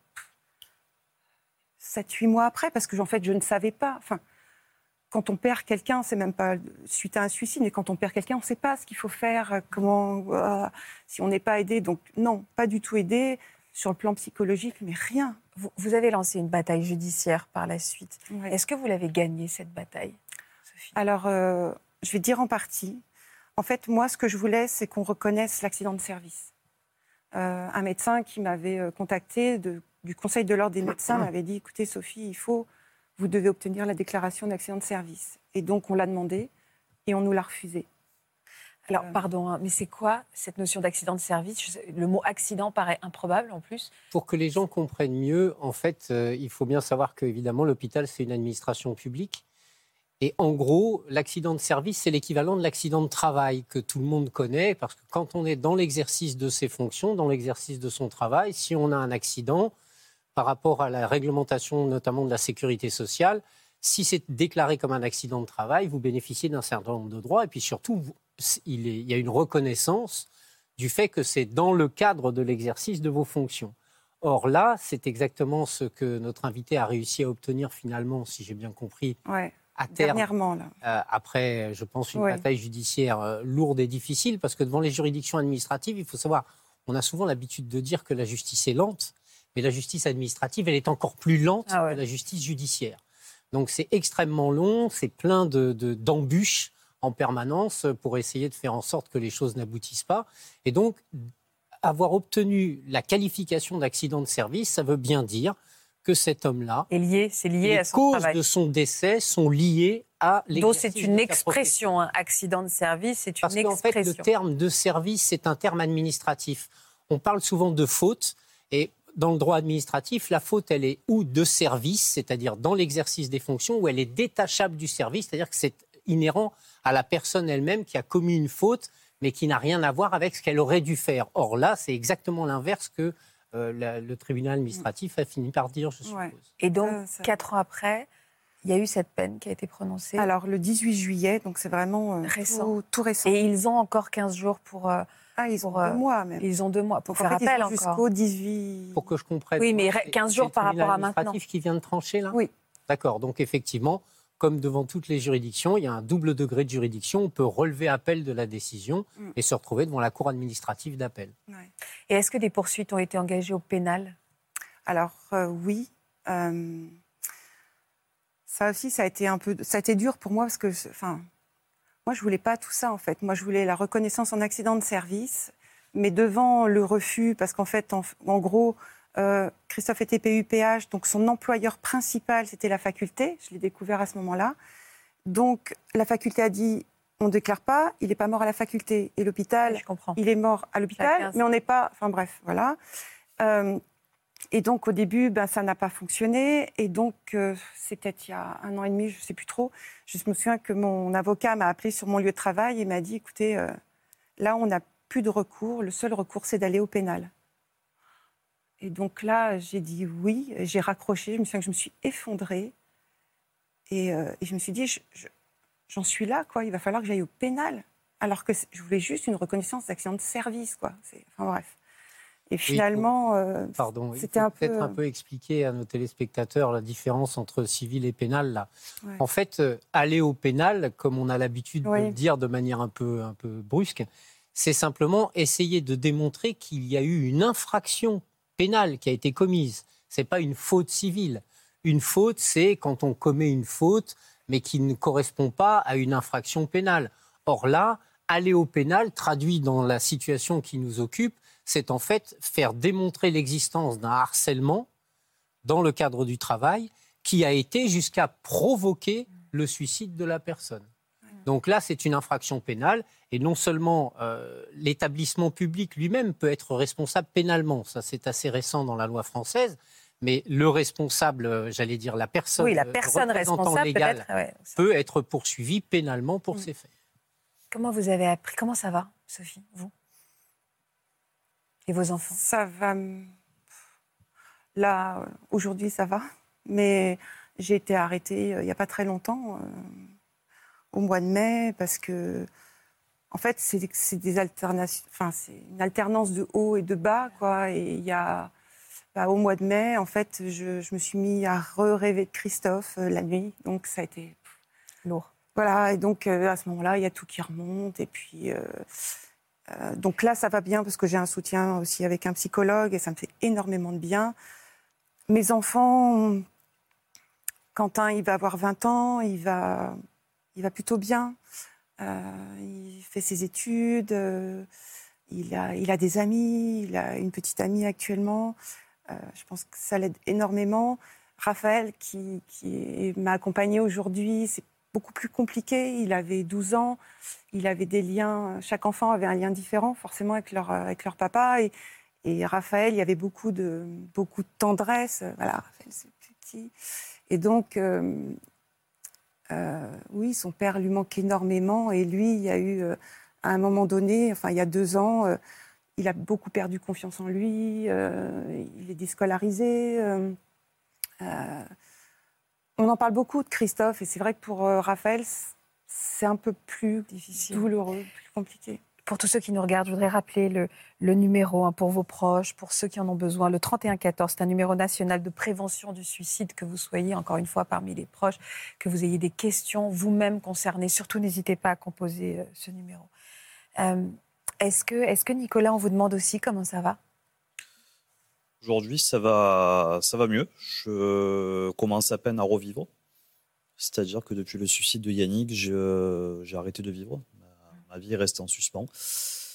sept huit mois après, parce que, en fait, je ne savais pas. Enfin, quand on perd quelqu'un, c'est même pas suite à un suicide, mais quand on perd quelqu'un, on ne sait pas ce qu'il faut faire, comment, euh, si on n'est pas aidé. Donc, non, pas du tout aidé. sur le plan psychologique, mais rien. Vous, vous avez lancé une bataille judiciaire par la suite. Ouais. Est-ce que vous l'avez gagnée, cette bataille, Sophie ? Alors, euh, je vais dire en partie. En fait, moi, ce que je voulais, c'est qu'on reconnaisse l'accident de service. Euh, un médecin qui m'avait contacté de, du Conseil de l'ordre des médecins m'avait dit, écoutez, Sophie, il faut, vous devez obtenir la déclaration d'accident de service. Et donc, on l'a demandé et on nous l'a refusé. Alors, pardon, hein, mais c'est quoi cette notion d'accident de service ? Je sais, le mot accident paraît improbable en plus. Pour que les gens comprennent mieux, en fait, euh, il faut bien savoir qu'évidemment, l'hôpital, c'est une administration publique. Et en gros, l'accident de service, c'est l'équivalent de l'accident de travail que tout le monde connaît, parce que quand on est dans l'exercice de ses fonctions, dans l'exercice de son travail, si on a un accident, par rapport à la réglementation notamment de la sécurité sociale, si c'est déclaré comme un accident de travail, vous bénéficiez d'un certain nombre de droits, et puis surtout, vous, il, est, il y a une reconnaissance du fait que c'est dans le cadre de l'exercice de vos fonctions. Or là, c'est exactement ce que notre invité a réussi à obtenir finalement, si j'ai bien compris, ouais. à terme. Dernièrement, là. Euh, après, je pense, une ouais. bataille judiciaire euh, lourde et difficile, parce que devant les juridictions administratives, il faut savoir, on a souvent l'habitude de dire que la justice est lente, mais la justice administrative, elle est encore plus lente ah ouais. que la justice judiciaire. Donc c'est extrêmement long, c'est plein de, de, d'embûches en permanence pour essayer de faire en sorte que les choses n'aboutissent pas. Et donc, avoir obtenu la qualification d'accident de service, ça veut bien dire que cet homme-là, est lié, c'est lié les à son causes travail. de son décès sont liées à l'exercice. Donc c'est une expression, hein, accident de service, c'est une Parce expression. Parce qu'en fait, le terme de service, c'est un terme administratif. On parle souvent de faute, et dans le droit administratif, la faute, elle est ou de service, c'est-à-dire dans l'exercice des fonctions, ou elle est détachable du service, c'est-à-dire que c'est inhérent à la personne elle-même qui a commis une faute, mais qui n'a rien à voir avec ce qu'elle aurait dû faire. Or là, c'est exactement l'inverse que euh, la, le tribunal administratif a fini par dire, je suppose. Ouais. Et donc, ça, ça... quatre ans après, il y a eu cette peine qui a été prononcée. Alors, le dix-huit juillet, donc c'est vraiment euh, récent. Tout, tout récent. Et ils ont encore quinze jours pour... Euh, Ah, ils ont pour, deux mois même. Ils ont deux mois pour donc, faire en fait, appel ils ont encore. Jusqu'au dix-huit. Pour que je comprenne. Oui, mais quinze jours par rapport à maintenant. C'est le tribunal administratif qui vient de trancher là ? Oui. D'accord. Donc effectivement, comme devant toutes les juridictions, il y a un double degré de juridiction. On peut relever appel de la décision mm. et se retrouver devant la cour administrative d'appel. Ouais. Et est-ce que des poursuites ont été engagées au pénal ? Alors euh, oui. Euh... Ça aussi, ça a été un peu, ça a été dur pour moi parce que, enfin, moi je voulais pas tout ça en fait. Moi je voulais la reconnaissance en accident de service. Mais devant le refus, parce qu'en fait, en, en gros, euh, Christophe était P U P H, donc son employeur principal, c'était la faculté. Je l'ai découvert à ce moment-là. Donc, la faculté a dit, on ne déclare pas, il n'est pas mort à la faculté. Et l'hôpital, il est mort à l'hôpital, mais on n'est pas... Enfin bref, voilà. Euh, et donc, au début, ben, ça n'a pas fonctionné. Et donc, euh, c'était il y a un an et demi, je ne sais plus trop. Je me souviens que mon avocat m'a appelé sur mon lieu de travail et m'a dit, écoutez, euh, là, on a plus de recours, le seul recours, c'est d'aller au pénal. Et donc là, j'ai dit oui, j'ai raccroché, je me souviens que je me suis effondrée. Et, euh, et je me suis dit, je, je, j'en suis là, quoi, il va falloir que j'aille au pénal. Alors que je voulais juste une reconnaissance d'accident de service, quoi. C'est, enfin bref. Et finalement, oui, euh, pardon, c'était il faut un peut-être peu... un peu expliquer à nos téléspectateurs la différence entre civil et pénal, là. Ouais. En fait, euh, aller au pénal, comme on a l'habitude oui. de le dire de manière un peu, un peu brusque, c'est simplement essayer de démontrer qu'il y a eu une infraction pénale qui a été commise. Ce n'est pas une faute civile. Une faute, c'est quand on commet une faute, mais qui ne correspond pas à une infraction pénale. Or là, aller au pénal, traduit dans la situation qui nous occupe, c'est en fait faire démontrer l'existence d'un harcèlement dans le cadre du travail qui a été jusqu'à provoquer le suicide de la personne. Donc là, c'est une infraction pénale et non seulement euh, l'établissement public lui-même peut être responsable pénalement, ça c'est assez récent dans la loi française, mais le responsable, j'allais dire la personne, oui, la personne responsable légal ouais, peut être poursuivie pénalement pour mmh. ces faits. Comment vous avez appris ? Comment ça va, Sophie, vous ? Et vos enfants ? Ça va. Là, aujourd'hui, ça va. Mais j'ai été arrêtée euh, il n'y a pas très longtemps, euh, au mois de mai, parce que, en fait, c'est, c'est des alternations. Enfin, c'est une alternance de haut et de bas, quoi. Et il y a. Bah, au mois de mai, en fait, je, je me suis mis à re-rêver de Christophe euh, la nuit. Donc, ça a été lourd. Voilà. Et donc, euh, à ce moment-là, il y a tout qui remonte. Et puis. Euh, Euh, donc là, ça va bien parce que j'ai un soutien aussi avec un psychologue et ça me fait énormément de bien. Mes enfants, Quentin, il va avoir vingt ans, il va, il va plutôt bien. Euh, il fait ses études, euh, il, a, il a des amis, il a une petite amie actuellement. Euh, je pense que ça l'aide énormément. Raphaël, qui, qui m'a accompagnée aujourd'hui, c'est beaucoup plus compliqué. Il avait douze ans, il avait des liens, chaque enfant avait un lien différent forcément avec leur, avec leur papa. Et, et Raphaël, il y avait beaucoup de, beaucoup de tendresse. Voilà, Raphaël, c'est plus petit. Et donc, euh, euh, oui, son père lui manque énormément. Et lui, il y a eu, euh, à un moment donné, enfin, il y a deux ans, euh, il a beaucoup perdu confiance en lui. Euh, il est déscolarisé. Euh, euh, on en parle beaucoup de Christophe. Et c'est vrai que pour euh, Raphaël, c'est un peu plus difficile, douloureux, plus compliqué. Pour tous ceux qui nous regardent, je voudrais rappeler le, le numéro hein, pour vos proches, pour ceux qui en ont besoin, le trente et un quatorze. C'est un numéro national de prévention du suicide, que vous soyez, encore une fois, parmi les proches, que vous ayez des questions vous-même concernées. Surtout, n'hésitez pas à composer euh, ce numéro. Euh, est-ce que, est-ce que, Nicolas, on vous demande aussi comment ça va ? Aujourd'hui, ça va, ça va mieux. Je commence à peine à revivre. C'est-à-dire que depuis le suicide de Yannick, je, j'ai arrêté de vivre. Ma vie est restée en suspens. Pourquoi ?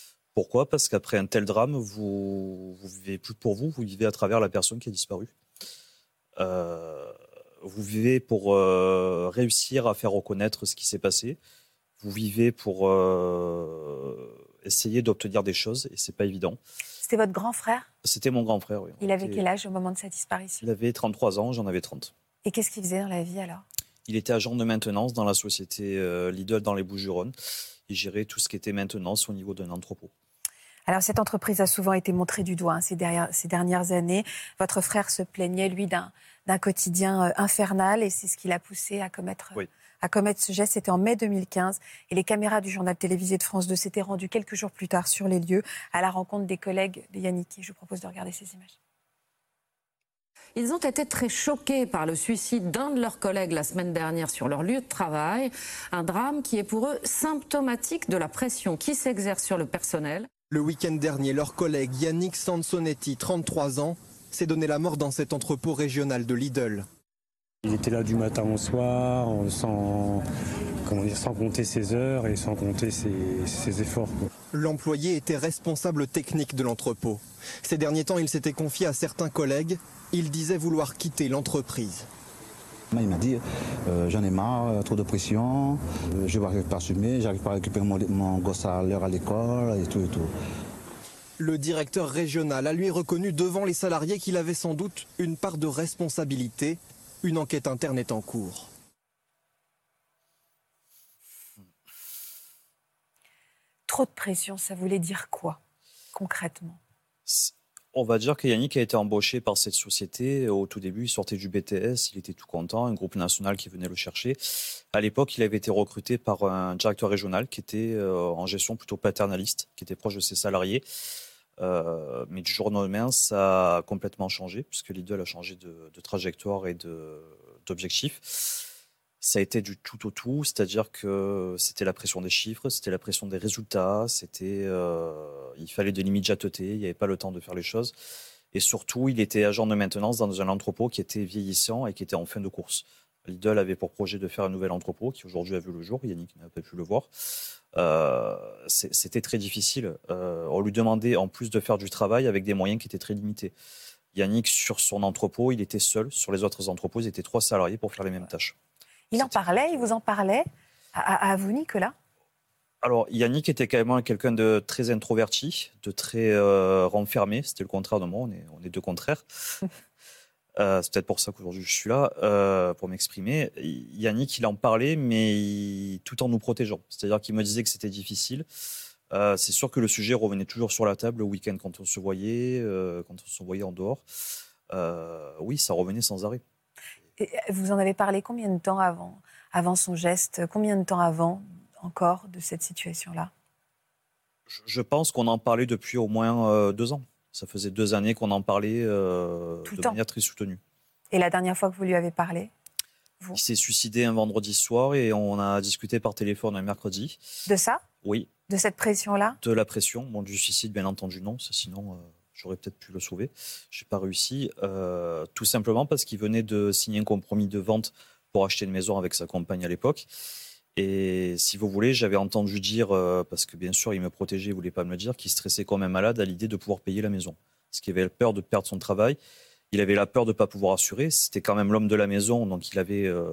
Parce qu'après un tel drame, vous ne vivez plus pour vous, vous vivez à travers la personne qui a disparu. Euh, vous vivez pour euh, réussir à faire reconnaître ce qui s'est passé. Vous vivez pour euh, essayer d'obtenir des choses, et ce n'est pas évident. C'était votre grand frère ? C'était mon grand frère, oui. Il avait quel âge au moment de sa disparition ? Il avait trente-trois ans, j'en avais trente. Et qu'est-ce qu'il faisait dans la vie alors ? Il était agent de maintenance dans la société euh, Lidl dans les Bouches-du-Rhône. Il gérait tout ce qui était maintenance au niveau d'un entrepôt. Alors, cette entreprise a souvent été montrée du doigt hein, ces, derrière, ces dernières années. Votre frère se plaignait, lui, d'un, d'un quotidien euh, infernal, et c'est ce qui l'a poussé à commettre, oui. à commettre ce geste. C'était en mai deux mille quinze, et les caméras du journal télévisé de France deux s'étaient rendues quelques jours plus tard sur les lieux, à la rencontre des collègues de Yannick. Je vous propose de regarder ces images. Ils ont été très choqués par le suicide d'un de leurs collègues la semaine dernière sur leur lieu de travail. Un drame qui est pour eux symptomatique de la pression qui s'exerce sur le personnel. Le week-end dernier, leur collègue Yannick Sansonetti, trente-trois ans, s'est donné la mort dans cet entrepôt régional de Lidl. Il était là du matin au soir, sans, comment dire, sans compter ses heures et sans compter ses, ses efforts. L'employé était responsable technique de l'entrepôt. Ces derniers temps, il s'était confié à certains collègues. Il disait vouloir quitter l'entreprise. Il m'a dit euh, j'en ai marre, trop de pression, euh, je n'arrive pas à assumer, j'arrive pas à récupérer mon, mon gosse à l'heure à l'école et tout et tout. Le directeur régional a lui reconnu devant les salariés qu'il avait sans doute une part de responsabilité. Une enquête interne est en cours. Trop de pression, ça voulait dire quoi, concrètement ? On va dire que Yannick a été embauché par cette société. Au tout début, il sortait du B T S, il était tout content, un groupe national qui venait le chercher. À l'époque, il avait été recruté par un directeur régional qui était en gestion plutôt paternaliste, qui était proche de ses salariés. Euh, mais du jour au lendemain, ça a complètement changé, puisque Lidl a changé de, de trajectoire et de, d'objectif. Ça a été du tout au tout, c'est-à-dire que c'était la pression des chiffres, c'était la pression des résultats, c'était, euh, il fallait de l'immédiateté, il n'y avait pas le temps de faire les choses. Et surtout, il était agent de maintenance dans un entrepôt qui était vieillissant et qui était en fin de course. Lidl avait pour projet de faire un nouvel entrepôt qui aujourd'hui a vu le jour, Yannick n'a pas pu le voir. Euh, c'était très difficile. Euh, on lui demandait en plus de faire du travail avec des moyens qui étaient très limités. Yannick, sur son entrepôt, il était seul. Sur les autres entrepôts, ils étaient trois salariés pour faire les mêmes tâches. Il en parlait, il vous en parlait à, à vous, Nicolas ? Alors, Yannick était quand même quelqu'un de très introverti, de très euh, renfermé. C'était le contraire de moi, on est, on est deux contraires. euh, c'est peut-être pour ça qu'aujourd'hui je suis là, euh, pour m'exprimer. Yannick, il en parlait, mais il, tout en nous protégeant. C'est-à-dire qu'il me disait que c'était difficile. Euh, c'est sûr que le sujet revenait toujours sur la table le week-end quand on se voyait, euh, quand on se voyait en dehors. Euh, oui, ça revenait sans arrêt. Et vous en avez parlé combien de temps avant, avant son geste ? Combien de temps avant encore de cette situation-là ? je, je pense qu'on en parlait depuis au moins euh, deux ans. Ça faisait deux années qu'on en parlait euh, de manière très soutenue. Et la dernière fois que vous lui avez parlé, vous ? Il s'est suicidé un vendredi soir et on a discuté par téléphone un mercredi. De ça ? Oui. De cette pression-là? De la pression. Bon, du suicide, bien entendu, non. Sinon, euh, j'aurais peut-être pu le sauver. Je n'ai pas réussi. Euh, tout simplement parce qu'il venait de signer un compromis de vente pour acheter une maison avec sa compagne à l'époque. Et si vous voulez, j'avais entendu dire, euh, parce que bien sûr, il me protégeait, il ne voulait pas me le dire, qu'il stressait comme un malade à l'idée de pouvoir payer la maison. Parce qu'il avait peur de perdre son travail. Il avait la peur de ne pas pouvoir assurer. C'était quand même l'homme de la maison, donc il avait, euh,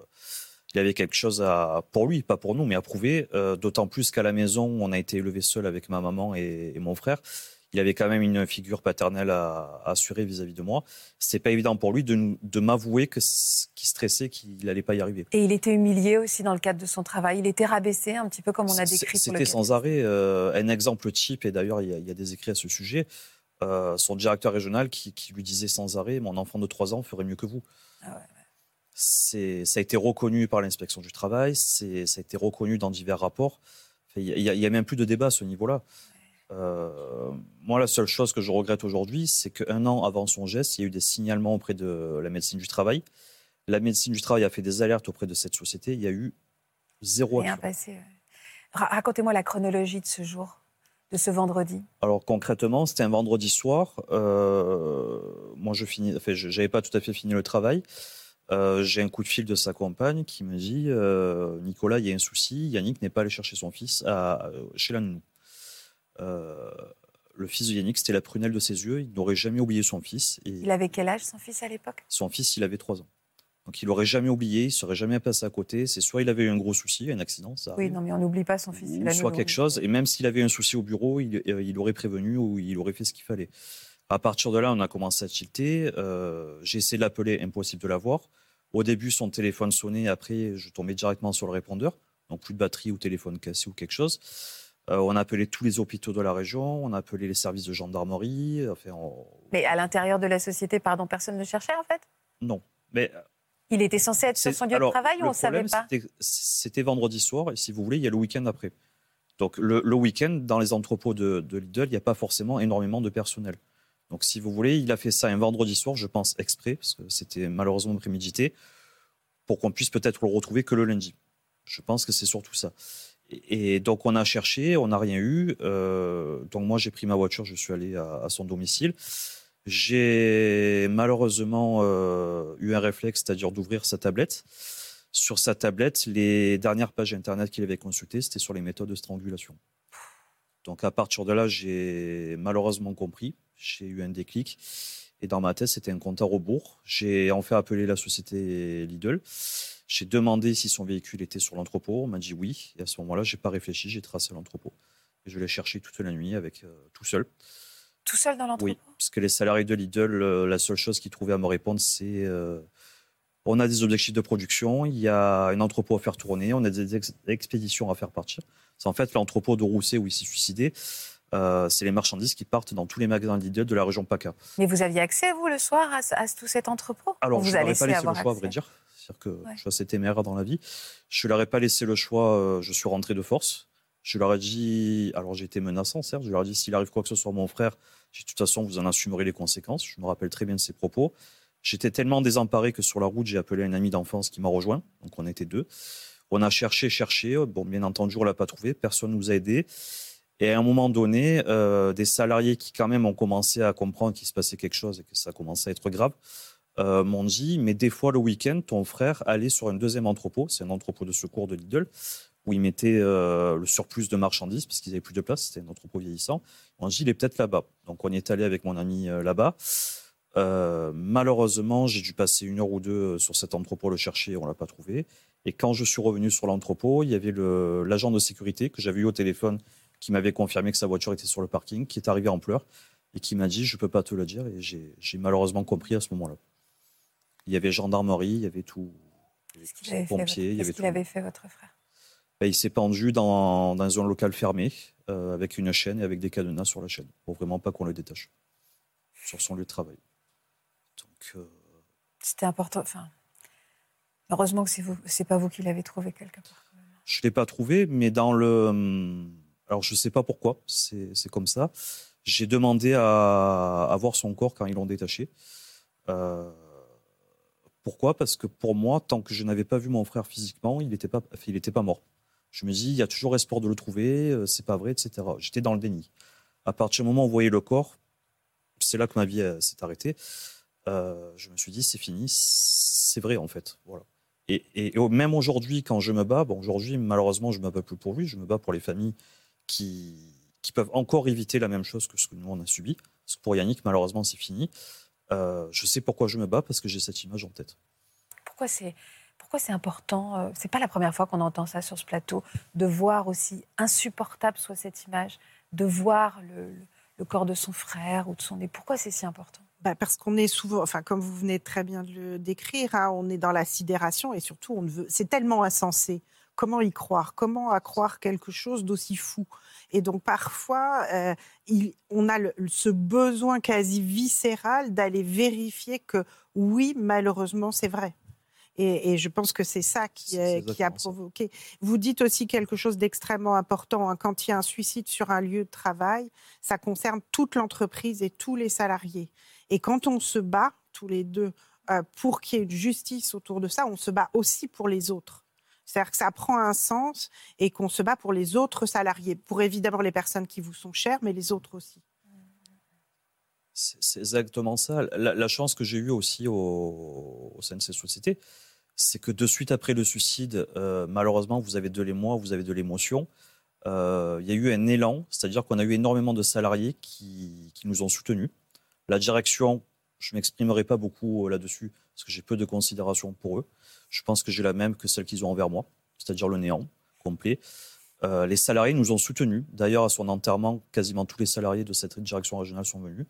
il avait quelque chose à, pour lui, pas pour nous, mais à prouver. Euh, d'autant plus qu'à la maison, on a été élevé seul avec ma maman et, et mon frère. Il avait quand même une figure paternelle à, à assurer vis-à-vis de moi. C'était pas évident pour lui de, de m'avouer que, qu'il stressait, qu'il n'allait pas y arriver. Et il était humilié aussi dans le cadre de son travail. Il était rabaissé un petit peu comme on a décrit. C'était sans arrêt. Euh, un exemple type, et d'ailleurs il y, a, il y a des écrits à ce sujet, euh, son directeur régional qui, qui lui disait sans arrêt « Mon enfant de trois ans ferait mieux que vous ah ouais, ouais. ». C'est, ça a été reconnu par l'inspection du travail, c'est, ça a été reconnu dans divers rapports. Il n'y a, a même plus de débat à ce niveau-là. Euh, moi, la seule chose que je regrette aujourd'hui, c'est qu'un an avant son geste, il y a eu des signalements auprès de la médecine du travail. La médecine du travail a fait des alertes auprès de cette société. Il y a eu zéro Rien passé. Ouais. Racontez-moi la chronologie de ce jour, de ce vendredi. Alors concrètement, c'était un vendredi soir. Euh, moi, je finis, enfin, je n'avais pas tout à fait fini le travail. Euh, j'ai un coup de fil de sa compagne qui me dit euh, « Nicolas, il y a un souci. Yannick n'est pas allé chercher son fils à, chez la nounou. » Euh, le fils de Yannick, c'était la prunelle de ses yeux. Il n'aurait jamais oublié son fils. Et il avait quel âge, son fils, à l'époque? Son fils, il avait trois ans. Donc, il n'aurait jamais oublié, il ne serait jamais passé à côté. C'est soit il avait eu un gros souci, un accident, ça Oui, non, mais on n'oublie pas son fils. Ou soit quelque chose. Et même s'il avait un souci au bureau, il, il aurait prévenu ou il aurait fait ce qu'il fallait. À partir de là, on a commencé à tilter. Euh, j'ai essayé de l'appeler, impossible de l'avoir. Au début, son téléphone sonnait. Après, je tombais directement sur le répondeur. Donc, plus de batterie ou téléphone cassé ou quelque chose. Euh, on a appelé tous les hôpitaux de la région, on a appelé les services de gendarmerie. Enfin, on... Mais à l'intérieur de la société, pardon, personne ne cherchait en fait? Non. Mais il était censé être sur son lieu alors, de travail ou on ne savait pas? c'était, c'était vendredi soir et si vous voulez, il y a le week-end après. Donc le, le week-end, dans les entrepôts de, de Lidl, il n'y a pas forcément énormément de personnel. Donc si vous voulez, il a fait ça un vendredi soir, je pense exprès, parce que c'était malheureusement prémédité, pour qu'on puisse peut-être le retrouver que le lundi. Je pense que c'est surtout ça. Et donc, on a cherché, on n'a rien eu. Euh, donc, moi, j'ai pris ma voiture, je suis allé à, à son domicile. J'ai malheureusement euh, eu un réflexe, c'est-à-dire d'ouvrir sa tablette. Sur sa tablette, les dernières pages Internet qu'il avait consultées, c'était sur les méthodes de strangulation. Donc, à partir de là, j'ai malheureusement compris. J'ai eu un déclic. Et dans ma tête, c'était un compte à rebours. J'ai enfin appelé la société Lidl. J'ai demandé si son véhicule était sur l'entrepôt. On m'a dit oui. Et à ce moment-là, je n'ai pas réfléchi, j'ai tracé l'entrepôt. Et je l'ai cherché toute la nuit, avec, euh, tout seul. Tout seul dans l'entrepôt? Oui, parce que les salariés de Lidl, euh, la seule chose qu'ils trouvaient à me répondre, c'est euh, on a des objectifs de production, il y a un entrepôt à faire tourner, on a des ex- expéditions à faire partir. C'est en fait l'entrepôt de Rousset où il s'est suicidé. Euh, c'est les marchandises qui partent dans tous les magasins Lidl de la région PACA. Mais vous aviez accès, vous, le soir, à, à tout cet entrepôt? Alors, vous je n'aurais pas laissé le choix, accès. à vrai dire. C'est-à-dire que ouais. je suis assez téméraire dans la vie. Je ne leur ai pas laissé le choix, euh, je suis rentré de force. Je leur ai dit, alors j'ai été menaçant, certes, je leur ai dit, s'il arrive quoi que ce soit à mon frère, de toute façon, vous en assumerez les conséquences. Je me rappelle très bien de ces propos. J'étais tellement désemparé que sur la route, j'ai appelé un ami d'enfance qui m'a rejoint. Donc, on était deux. On a cherché, cherché. Bon, bien entendu, on ne l'a pas trouvé. Personne ne nous a aidés. Et à un moment donné, euh, des salariés qui, quand même, ont commencé à comprendre qu'il se passait quelque chose et que ça commençait à être grave, Euh, m'ont dit, mais des fois le week-end, ton frère allait sur un deuxième entrepôt, c'est un entrepôt de secours de Lidl, où il mettait euh, le surplus de marchandises, parce qu'ils n'avaient plus de place, c'était un entrepôt vieillissant. On dit, il est peut-être là-bas. Donc on y est allé avec mon ami euh, là-bas. Euh, malheureusement, j'ai dû passer une heure ou deux sur cet entrepôt le chercher, on ne l'a pas trouvé. Et quand je suis revenu sur l'entrepôt, il y avait le, l'agent de sécurité que j'avais eu au téléphone, qui m'avait confirmé que sa voiture était sur le parking, qui est arrivé en pleurs, et qui m'a dit, je ne peux pas te le dire, et j'ai, j'ai malheureusement compris à ce moment-là. Il y avait gendarmerie, il y avait tout. Qu'est-ce qu'il avait, pompiers, fait, il y avait qu'il tout. avait fait, votre frère? Ben, il s'est pendu dans, dans un local fermé, euh, avec une chaîne et avec des cadenas sur la chaîne, pour vraiment pas qu'on le détache, sur son lieu de travail. Donc, euh... C'était important. Enfin, heureusement que c'est vous, c'est pas vous qui l'avez trouvé quelque part. Je ne l'ai pas trouvé, mais dans le. Alors, je ne sais pas pourquoi, c'est, c'est comme ça. J'ai demandé à, à voir son corps quand ils l'ont détaché. Euh... Pourquoi ? Parce que pour moi, tant que je n'avais pas vu mon frère physiquement, il n'était pas, il était pas mort. Je me dis, il y a toujours espoir de le trouver, euh, c'est pas vrai, et cetera. J'étais dans le déni. À partir du moment où on voyait le corps, c'est là que ma vie euh, s'est arrêtée. Euh, je me suis dit, c'est fini, c'est vrai en fait. Voilà. Et, et, et même aujourd'hui, quand je me bats, bon, aujourd'hui, malheureusement, je ne me bats plus pour lui, je me bats pour les familles qui, qui peuvent encore éviter la même chose que ce que nous, on a subi. Parce que pour Yannick, malheureusement, c'est fini. Euh, je sais pourquoi je me bats, parce que j'ai cette image en tête. Pourquoi c'est... Pourquoi c'est important, euh, c'est pas la première fois qu'on entend ça sur ce plateau, de voir aussi insupportable soit cette image, de voir le, le, le corps de son frère ou de son époux. Pourquoi c'est si important ? Bah parce qu'on est souvent, enfin comme vous venez très bien de le décrire, hein, on est dans la sidération et surtout on ne veut, c'est tellement insensé. Comment y croire ? Comment à croire quelque chose d'aussi fou ? Et donc parfois, euh, il, on a le, ce besoin quasi viscéral d'aller vérifier que oui, malheureusement, c'est vrai. Et, et je pense que c'est ça qui, est, qui a provoqué. Vous dites aussi quelque chose d'extrêmement important. Hein, quand il y a un suicide sur un lieu de travail, ça concerne toute l'entreprise et tous les salariés. Et quand on se bat, tous les deux, euh, pour qu'il y ait une justice autour de ça, on se bat aussi pour les autres. C'est-à-dire que ça prend un sens et qu'on se bat pour les autres salariés, pour évidemment les personnes qui vous sont chères, mais les autres aussi. C'est, c'est exactement ça. La, la chance que j'ai eue aussi au, au sein de cette société, c'est que de suite après le suicide, euh, malheureusement, vous avez de l'émoi, vous avez de l'émotion. Euh, il y a eu un élan, c'est-à-dire qu'on a eu énormément de salariés qui, qui nous ont soutenus. La direction, je ne m'exprimerai pas beaucoup là-dessus, parce que j'ai peu de considération pour eux. Je pense que j'ai la même que celle qu'ils ont envers moi, c'est-à-dire le néant complet. Euh, les salariés nous ont soutenus. D'ailleurs, à son enterrement, quasiment tous les salariés de cette direction régionale sont venus.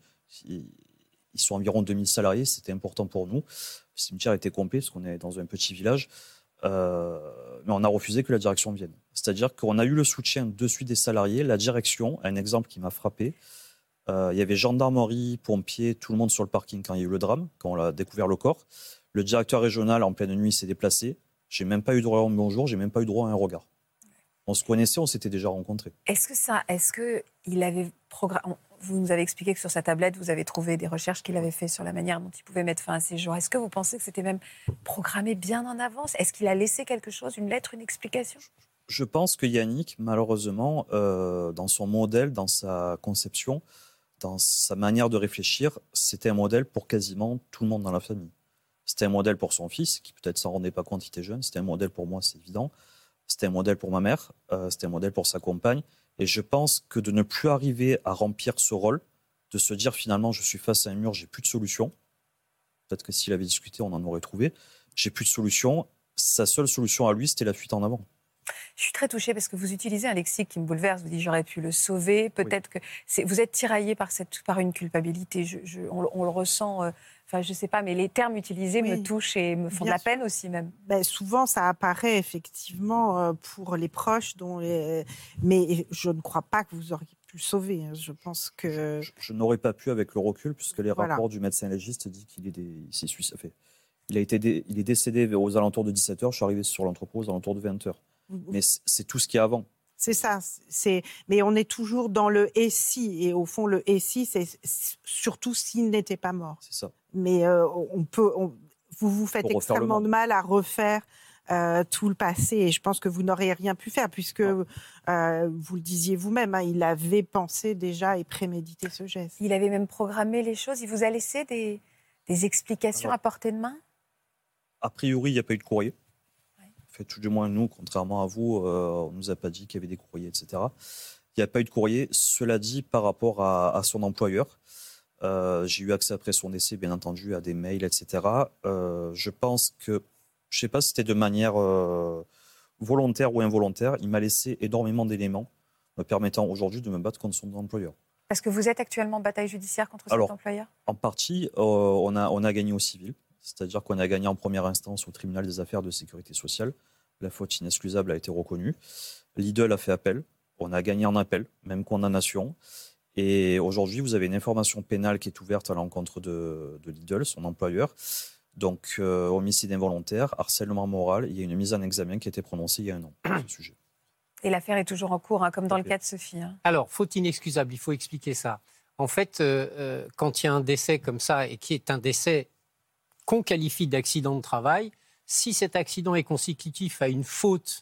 Ils sont environ deux mille salariés, c'était important pour nous. Le cimetière était complet parce qu'on est dans un petit village. Euh, mais on a refusé que la direction vienne. C'est-à-dire qu'on a eu le soutien de suite des salariés. La direction, un exemple qui m'a frappé, euh, il y avait gendarmerie, pompiers, tout le monde sur le parking quand il y a eu le drame, quand on a découvert le corps. Le directeur régional, en pleine nuit, s'est déplacé. J'ai même pas eu droit à un bonjour, j'ai même pas eu droit à un regard. On se connaissait, on s'était déjà rencontrés. Est-ce que ça, est-ce que il avait programmé? Vous nous avez expliqué que sur sa tablette, vous avez trouvé des recherches qu'il avait fait sur la manière dont il pouvait mettre fin à ses jours. Est-ce que vous pensez que c'était même programmé bien en avance? Est-ce qu'il a laissé quelque chose, une lettre, une explication? Je pense que Yannick, malheureusement, euh, dans son modèle, dans sa conception, dans sa manière de réfléchir, c'était un modèle pour quasiment tout le monde dans la famille. C'était un modèle pour son fils, qui peut-être s'en rendait pas compte, il était jeune. C'était un modèle pour moi, c'est évident. C'était un modèle pour ma mère. Euh, c'était un modèle pour sa compagne. Et je pense que de ne plus arriver à remplir ce rôle, de se dire finalement, je suis face à un mur, j'ai plus de solution. Peut-être que s'il avait discuté, on en aurait trouvé. J'ai plus de solution. Sa seule solution à lui, c'était la fuite en avant. Je suis très touchée parce que vous utilisez un lexique qui me bouleverse. Vous dites j'aurais pu le sauver. Peut-être oui. que c'est, vous êtes tiraillé par, cette, par une culpabilité. Je, je, on, on le ressent. Euh, enfin, je ne sais pas, mais les termes utilisés oui. me touchent et me font Bien de la peine sûr. Aussi même. Ben, souvent, ça apparaît effectivement euh, pour les proches, dont les... mais je ne crois pas que vous auriez pu le sauver. Hein. Je pense que je, je, je n'aurais pas pu avec le recul, puisque les voilà. rapports du médecin légiste disent qu'il est, des, il s'est suicidé. Il a été, dé, il est décédé aux alentours de dix-sept heures. Je suis arrivé sur l'entrepôt aux alentours de vingt heures. Mais c'est tout ce qu'il y a avant. C'est ça. C'est... Mais on est toujours dans le « et si ». Et au fond, le « et si », c'est surtout s'il n'était pas mort. C'est ça. Mais euh, on peut, on... vous vous faites extrêmement de mal à refaire euh, tout le passé. Et je pense que vous n'auriez rien pu faire, puisque, euh, vous le disiez vous-même, hein, il avait pensé déjà et prémédité ce geste. Il avait même programmé les choses. Il vous a laissé des, des explications Alors, à portée de main? A priori, il n'y a pas eu de courrier. Fait, tout du moins, nous, contrairement à vous, euh, on ne nous a pas dit qu'il y avait des courriers, et cetera. Il n'y a pas eu de courrier. Cela dit, par rapport à, à son employeur, euh, j'ai eu accès après son décès, bien entendu, à des mails, et cetera. Euh, je pense que, je ne sais pas si c'était de manière euh, volontaire ou involontaire, il m'a laissé énormément d'éléments me permettant aujourd'hui de me battre contre son employeur. Parce que vous êtes actuellement en bataille judiciaire contre Alors, cet employeur? En partie, euh, on, a, on a gagné au civil. C'est-à-dire qu'on a gagné en première instance au tribunal des affaires de sécurité sociale. La faute inexcusable a été reconnue. Lidl a fait appel. On a gagné en appel, même condamnation. Et aujourd'hui, vous avez une information pénale qui est ouverte à l'encontre de, de Lidl, son employeur. Donc, euh, homicide involontaire, harcèlement moral. Il y a une mise en examen qui a été prononcée il y a un an sur ce sujet. Et l'affaire est toujours en cours, hein, comme dans le cas de Sophie. Hein. Alors, faute inexcusable, il faut expliquer ça. En fait, euh, euh, quand il y a un décès comme ça, et qui est un décès qu'on qualifie d'accident de travail, si cet accident est consécutif à une faute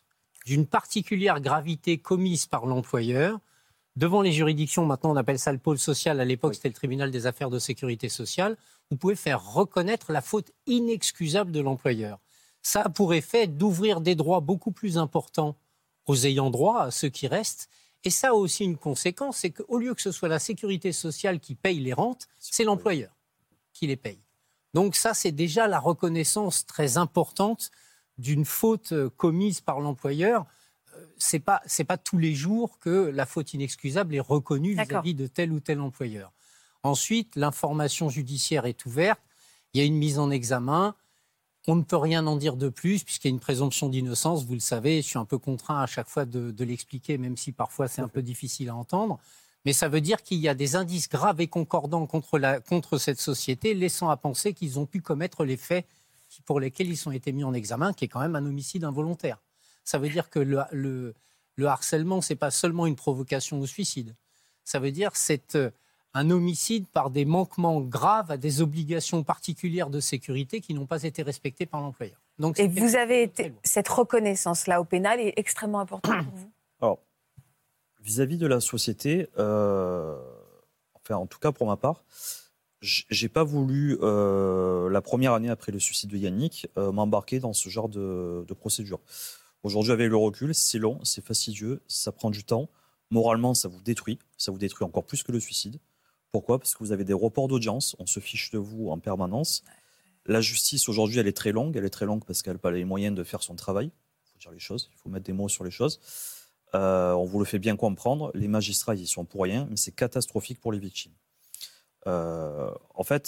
d'une particulière gravité commise par l'employeur, devant les juridictions, maintenant on appelle ça le pôle social, à l'époque oui. c'était le tribunal des affaires de sécurité sociale, vous pouvez faire reconnaître la faute inexcusable de l'employeur. Ça a pour effet d'ouvrir des droits beaucoup plus importants aux ayants droit, à ceux qui restent. Et ça a aussi une conséquence, c'est qu'au lieu que ce soit la sécurité sociale qui paye les rentes, c'est l'employeur qui les paye. Donc ça, c'est déjà la reconnaissance très importante d'une faute commise par l'employeur. C'est pas, c'est pas tous les jours que la faute inexcusable est reconnue D'accord. vis-à-vis de tel ou tel employeur. Ensuite, l'information judiciaire est ouverte, il y a une mise en examen. On ne peut rien en dire de plus, puisqu'il y a une présomption d'innocence, vous le savez, je suis un peu contraint à chaque fois de, de l'expliquer, même si parfois c'est un peu difficile à entendre. Mais ça veut dire qu'il y a des indices graves et concordants contre, la, contre cette société, laissant à penser qu'ils ont pu commettre les faits pour lesquels ils ont été mis en examen, qui est quand même un homicide involontaire. Ça veut dire que le, le, le harcèlement, ce n'est pas seulement une provocation au suicide. Ça veut dire que c'est un homicide par des manquements graves à des obligations particulières de sécurité qui n'ont pas été respectées par l'employeur. Donc, et vous avez été, cette reconnaissance-là au pénal est extrêmement importante pour vous. Alors, vis-à-vis de la société, euh, enfin en tout cas pour ma part, j'ai pas voulu, euh, la première année après le suicide de Yannick, euh, m'embarquer dans ce genre de, de procédure. Aujourd'hui, avec le recul, c'est long, c'est fastidieux, ça prend du temps. Moralement, ça vous détruit, ça vous détruit encore plus que le suicide. Pourquoi ? Parce que vous avez des reports d'audience, on se fiche de vous en permanence. La justice, aujourd'hui, elle est très longue. Elle est très longue parce qu'elle n'a pas les moyens de faire son travail. Il faut dire les choses, il faut mettre des mots sur les choses. Euh, on vous le fait bien comprendre. Les magistrats, ils y sont pour rien, mais c'est catastrophique pour les victimes. Euh, en fait,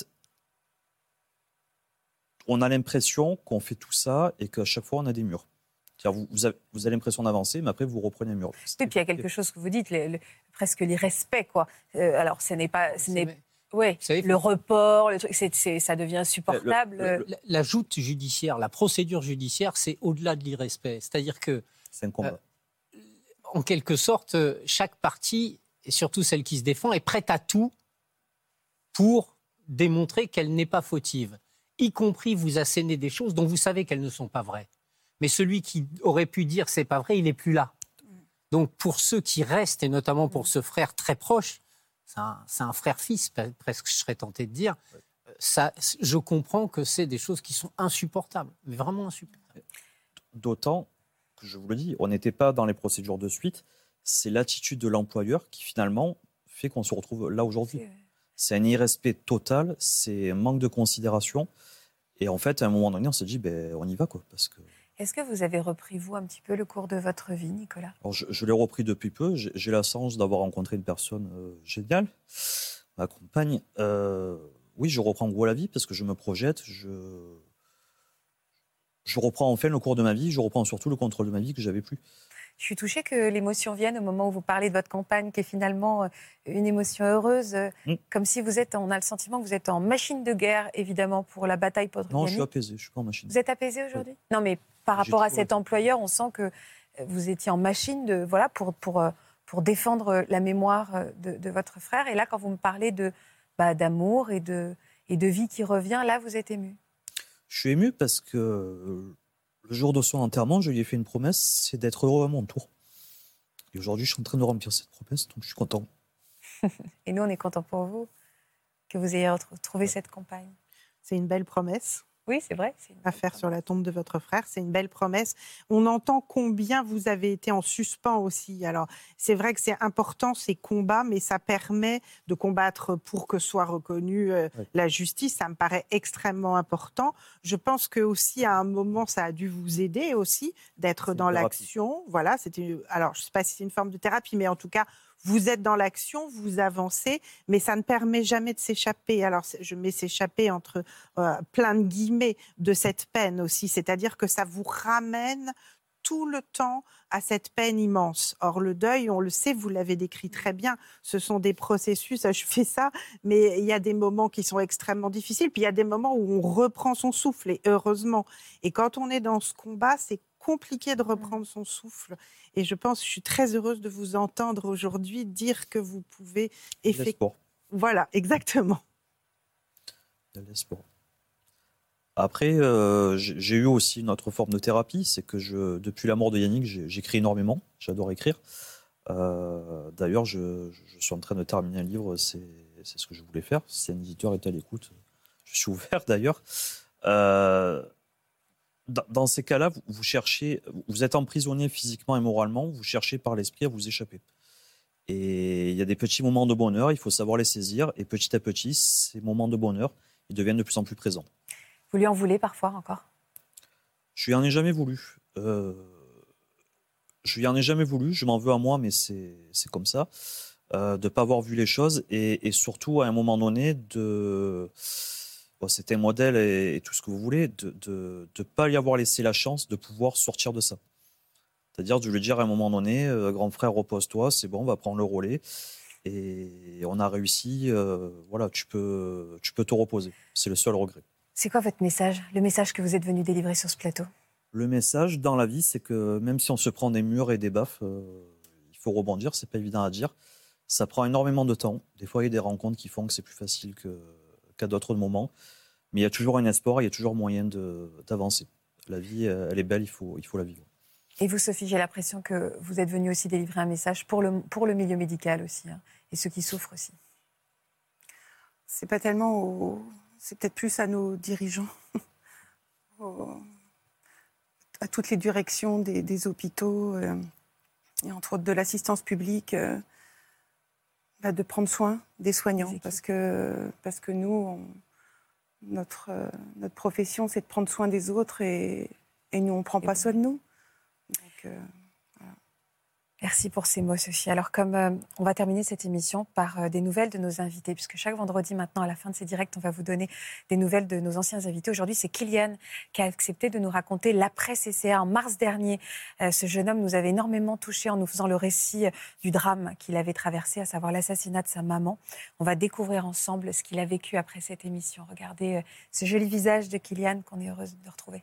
on a l'impression qu'on fait tout ça et qu'à chaque fois, on a des murs. Vous, vous, avez, vous avez l'impression d'avancer, mais après, vous reprenez un mur. Et puis, il y a quelque chose que vous dites, le, le, presque l'irrespect, quoi. Euh, alors, ce n'est pas... Ce n'est, ouais, savez, le report, le truc, c'est, c'est, ça devient insupportable. Le, le, le, la joute judiciaire, la procédure judiciaire, c'est au-delà de l'irrespect. C'est-à-dire que... C'est un combat. Euh, en quelque sorte, chaque partie, et surtout celle qui se défend, est prête à tout pour démontrer qu'elle n'est pas fautive. Y compris vous asséner des choses dont vous savez qu'elles ne sont pas vraies. Mais celui qui aurait pu dire c'est pas vrai, il n'est plus là. Donc pour ceux qui restent, et notamment pour ce frère très proche, c'est un, c'est un frère-fils, presque je serais tenté de dire, ça, je comprends que c'est des choses qui sont insupportables, mais vraiment insupportables. D'autant que, je vous le dis, on n'était pas dans les procédures de suite, c'est l'attitude de l'employeur qui finalement fait qu'on se retrouve là aujourd'hui. C'est un irrespect total, c'est un manque de considération. Et en fait, à un moment donné, on se dit, ben, on y va, quoi, parce que... Est-ce que vous avez repris, vous, un petit peu le cours de votre vie, Nicolas ? Alors, je, je l'ai repris depuis peu. J'ai, j'ai la chance d'avoir rencontré une personne euh, géniale, ma compagne. Euh, oui, je reprends gros la vie parce que je me projette. Je, je reprends enfin le cours de ma vie. Je reprends surtout le contrôle de ma vie que j'avais plus. Je suis touchée que l'émotion vienne au moment où vous parlez de votre compagne, qui est finalement une émotion heureuse, mmh. comme si vous êtes, on a le sentiment que vous êtes en machine de guerre, évidemment, pour la bataille pour Non, je suis apaisé, je ne suis pas en machine. Vous êtes apaisé aujourd'hui ? Oui. Non, mais par rapport à cet employeur, on sent que vous étiez en machine de, voilà, pour, pour, pour défendre la mémoire de, de votre frère. Et là, quand vous me parlez de, bah, d'amour et de, et de vie qui revient, là, vous êtes ému. Je suis ému parce que... Le jour de son enterrement, je lui ai fait une promesse, c'est d'être heureux à mon tour. Et aujourd'hui, je suis en train de remplir cette promesse, donc je suis content. Et nous, on est contents pour vous que vous ayez retrouvé cette compagne. C'est une belle promesse. Oui, c'est vrai. C'est à faire sur la tombe de votre frère, c'est une belle promesse. On entend combien vous avez été en suspens aussi. Alors, c'est vrai que c'est important ces combats, mais ça permet de combattre pour que soit reconnue euh, oui. la justice. Ça me paraît extrêmement important. Je pense que aussi à un moment, ça a dû vous aider aussi d'être c'est dans l'action. Voilà, c'était. Alors, je ne sais pas si c'est une forme de thérapie, mais en tout cas. Vous êtes dans l'action, vous avancez, mais ça ne permet jamais de s'échapper. Alors, je mets s'échapper entre euh, plein de guillemets de cette peine aussi, c'est-à-dire que ça vous ramène tout le temps à cette peine immense. Or, le deuil, on le sait, vous l'avez décrit très bien, ce sont des processus, je fais ça, mais il y a des moments qui sont extrêmement difficiles, puis il y a des moments où on reprend son souffle, et heureusement. Et quand on est dans ce combat, c'est compliqué de reprendre son souffle. Et je pense, je suis très heureuse de vous entendre aujourd'hui dire que vous pouvez effectivement... Voilà, exactement. De l'espoir. Après, euh, j'ai j'ai eu aussi une autre forme de thérapie, c'est que je, depuis la mort de Yannick, j'ai- j'écris énormément, j'adore écrire. Euh, D'ailleurs, je, je suis en train de terminer un livre, c'est c'est ce que je voulais faire. Si un éditeur est à l'écoute, je suis ouvert d'ailleurs. Euh, dans, dans ces cas-là, vous, vous cherchez, vous êtes emprisonné physiquement et moralement, vous cherchez par l'esprit à vous échapper. Et il y a des petits moments de bonheur, il faut savoir les saisir, et petit à petit, ces moments de bonheur, ils deviennent de plus en plus présents. Vous lui en voulez parfois encore? Je lui en ai jamais voulu. Euh, je lui en ai jamais voulu, je m'en veux à moi, mais c'est c'est comme ça. Euh, de ne pas avoir vu les choses, et, et surtout, à un moment donné, de... Bon, c'était un modèle et, et tout ce que vous voulez, de ne de, pas lui avoir laissé la chance de pouvoir sortir de ça. C'est-à-dire de lui dire à un moment donné, euh, grand frère, repose-toi, c'est bon, on va prendre le relais. Et on a réussi, euh, voilà, tu peux, tu peux te reposer. C'est le seul regret. C'est quoi votre message, le message que vous êtes venu délivrer sur ce plateau? Le message dans la vie, c'est que même si on se prend des murs et des baffes, euh, il faut rebondir, c'est pas évident à dire. Ça prend énormément de temps. Des fois, il y a des rencontres qui font que c'est plus facile que, qu'à d'autres moments. Mais il y a toujours un espoir, il y a toujours moyen de, d'avancer. La vie, elle est belle, il faut, il faut la vivre. Et vous, Sophie, j'ai l'impression que vous êtes venue aussi délivrer un message pour le, pour le milieu médical aussi, hein, et ceux qui souffrent aussi. C'est pas tellement au... C'est peut-être plus à nos dirigeants, au... à toutes les directions des, des hôpitaux, euh, et entre autres de l'assistance publique, euh, bah, de prendre soin des soignants. Parce que, parce que nous, on... notre, euh, notre profession, c'est de prendre soin des autres, et, et nous, on ne prend et pas bon. soin de nous. Donc, euh, voilà. Merci pour ces mots, Sophie. Alors, comme euh, on va terminer cette émission par euh, des nouvelles de nos invités, puisque chaque vendredi maintenant, à la fin de ces directs, on va vous donner des nouvelles de nos anciens invités. Aujourd'hui, c'est Kylian qui a accepté de nous raconter l'après-C C A. En mars dernier, euh, ce jeune homme nous avait énormément touchés en nous faisant le récit euh, du drame qu'il avait traversé, à savoir l'assassinat de sa maman. On va découvrir ensemble ce qu'il a vécu après cette émission. Regardez euh, ce joli visage de Kylian qu'on est heureuse de retrouver.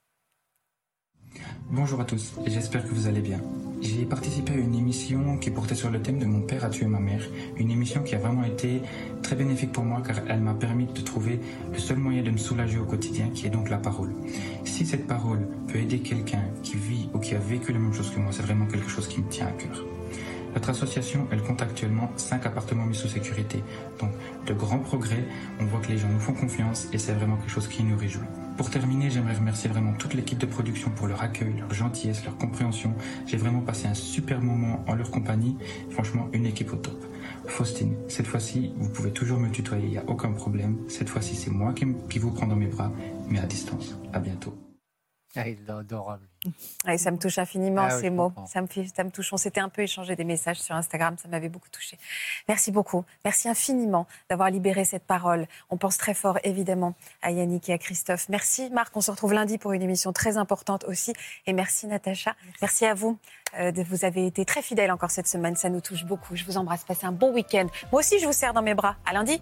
Bonjour à tous, j'espère que vous allez bien. J'ai participé à une émission qui portait sur le thème de Mon père a tué ma mère. Une émission qui a vraiment été très bénéfique pour moi car elle m'a permis de trouver le seul moyen de me soulager au quotidien, qui est donc la parole. Si cette parole peut aider quelqu'un qui vit ou qui a vécu la même chose que moi, c'est vraiment quelque chose qui me tient à cœur. Notre association, elle compte actuellement cinq appartements mis sous sécurité. Donc, de grands progrès, on voit que les gens nous font confiance et c'est vraiment quelque chose qui nous réjouit. Pour terminer, j'aimerais remercier vraiment toute l'équipe de production pour leur accueil, leur gentillesse, leur compréhension. J'ai vraiment passé un super moment en leur compagnie. Franchement, une équipe au top. Faustine, cette fois-ci, vous pouvez toujours me tutoyer, il n'y a aucun problème. Cette fois-ci, c'est moi qui, qui vous prends dans mes bras, mais à distance. À bientôt. Ah, il est adorable. Ouais, ça me touche infiniment, ah, ces mots. Ça me, fait, ça me touche. On s'était un peu échangé des messages sur Instagram, ça m'avait beaucoup touchée. Merci beaucoup. Merci infiniment d'avoir libéré cette parole. On pense très fort, évidemment, à Yannick et à Christophe. Merci, Marc. On se retrouve lundi pour une émission très importante aussi. Et merci, Natacha. Merci, merci à vous. Euh, vous avez été très fidèles encore cette semaine. Ça nous touche beaucoup. Je vous embrasse. Passez un bon week-end. Moi aussi, je vous serre dans mes bras. À lundi.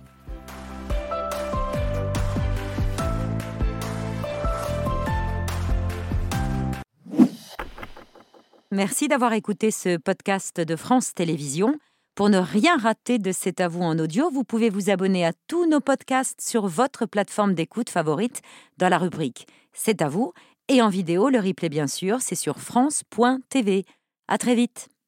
Merci d'avoir écouté ce podcast de France Télévisions. Pour ne rien rater de C'est à vous en audio, vous pouvez vous abonner à tous nos podcasts sur votre plateforme d'écoute favorite dans la rubrique C'est à vous. Et en vidéo, le replay bien sûr, c'est sur France point T V. À très vite.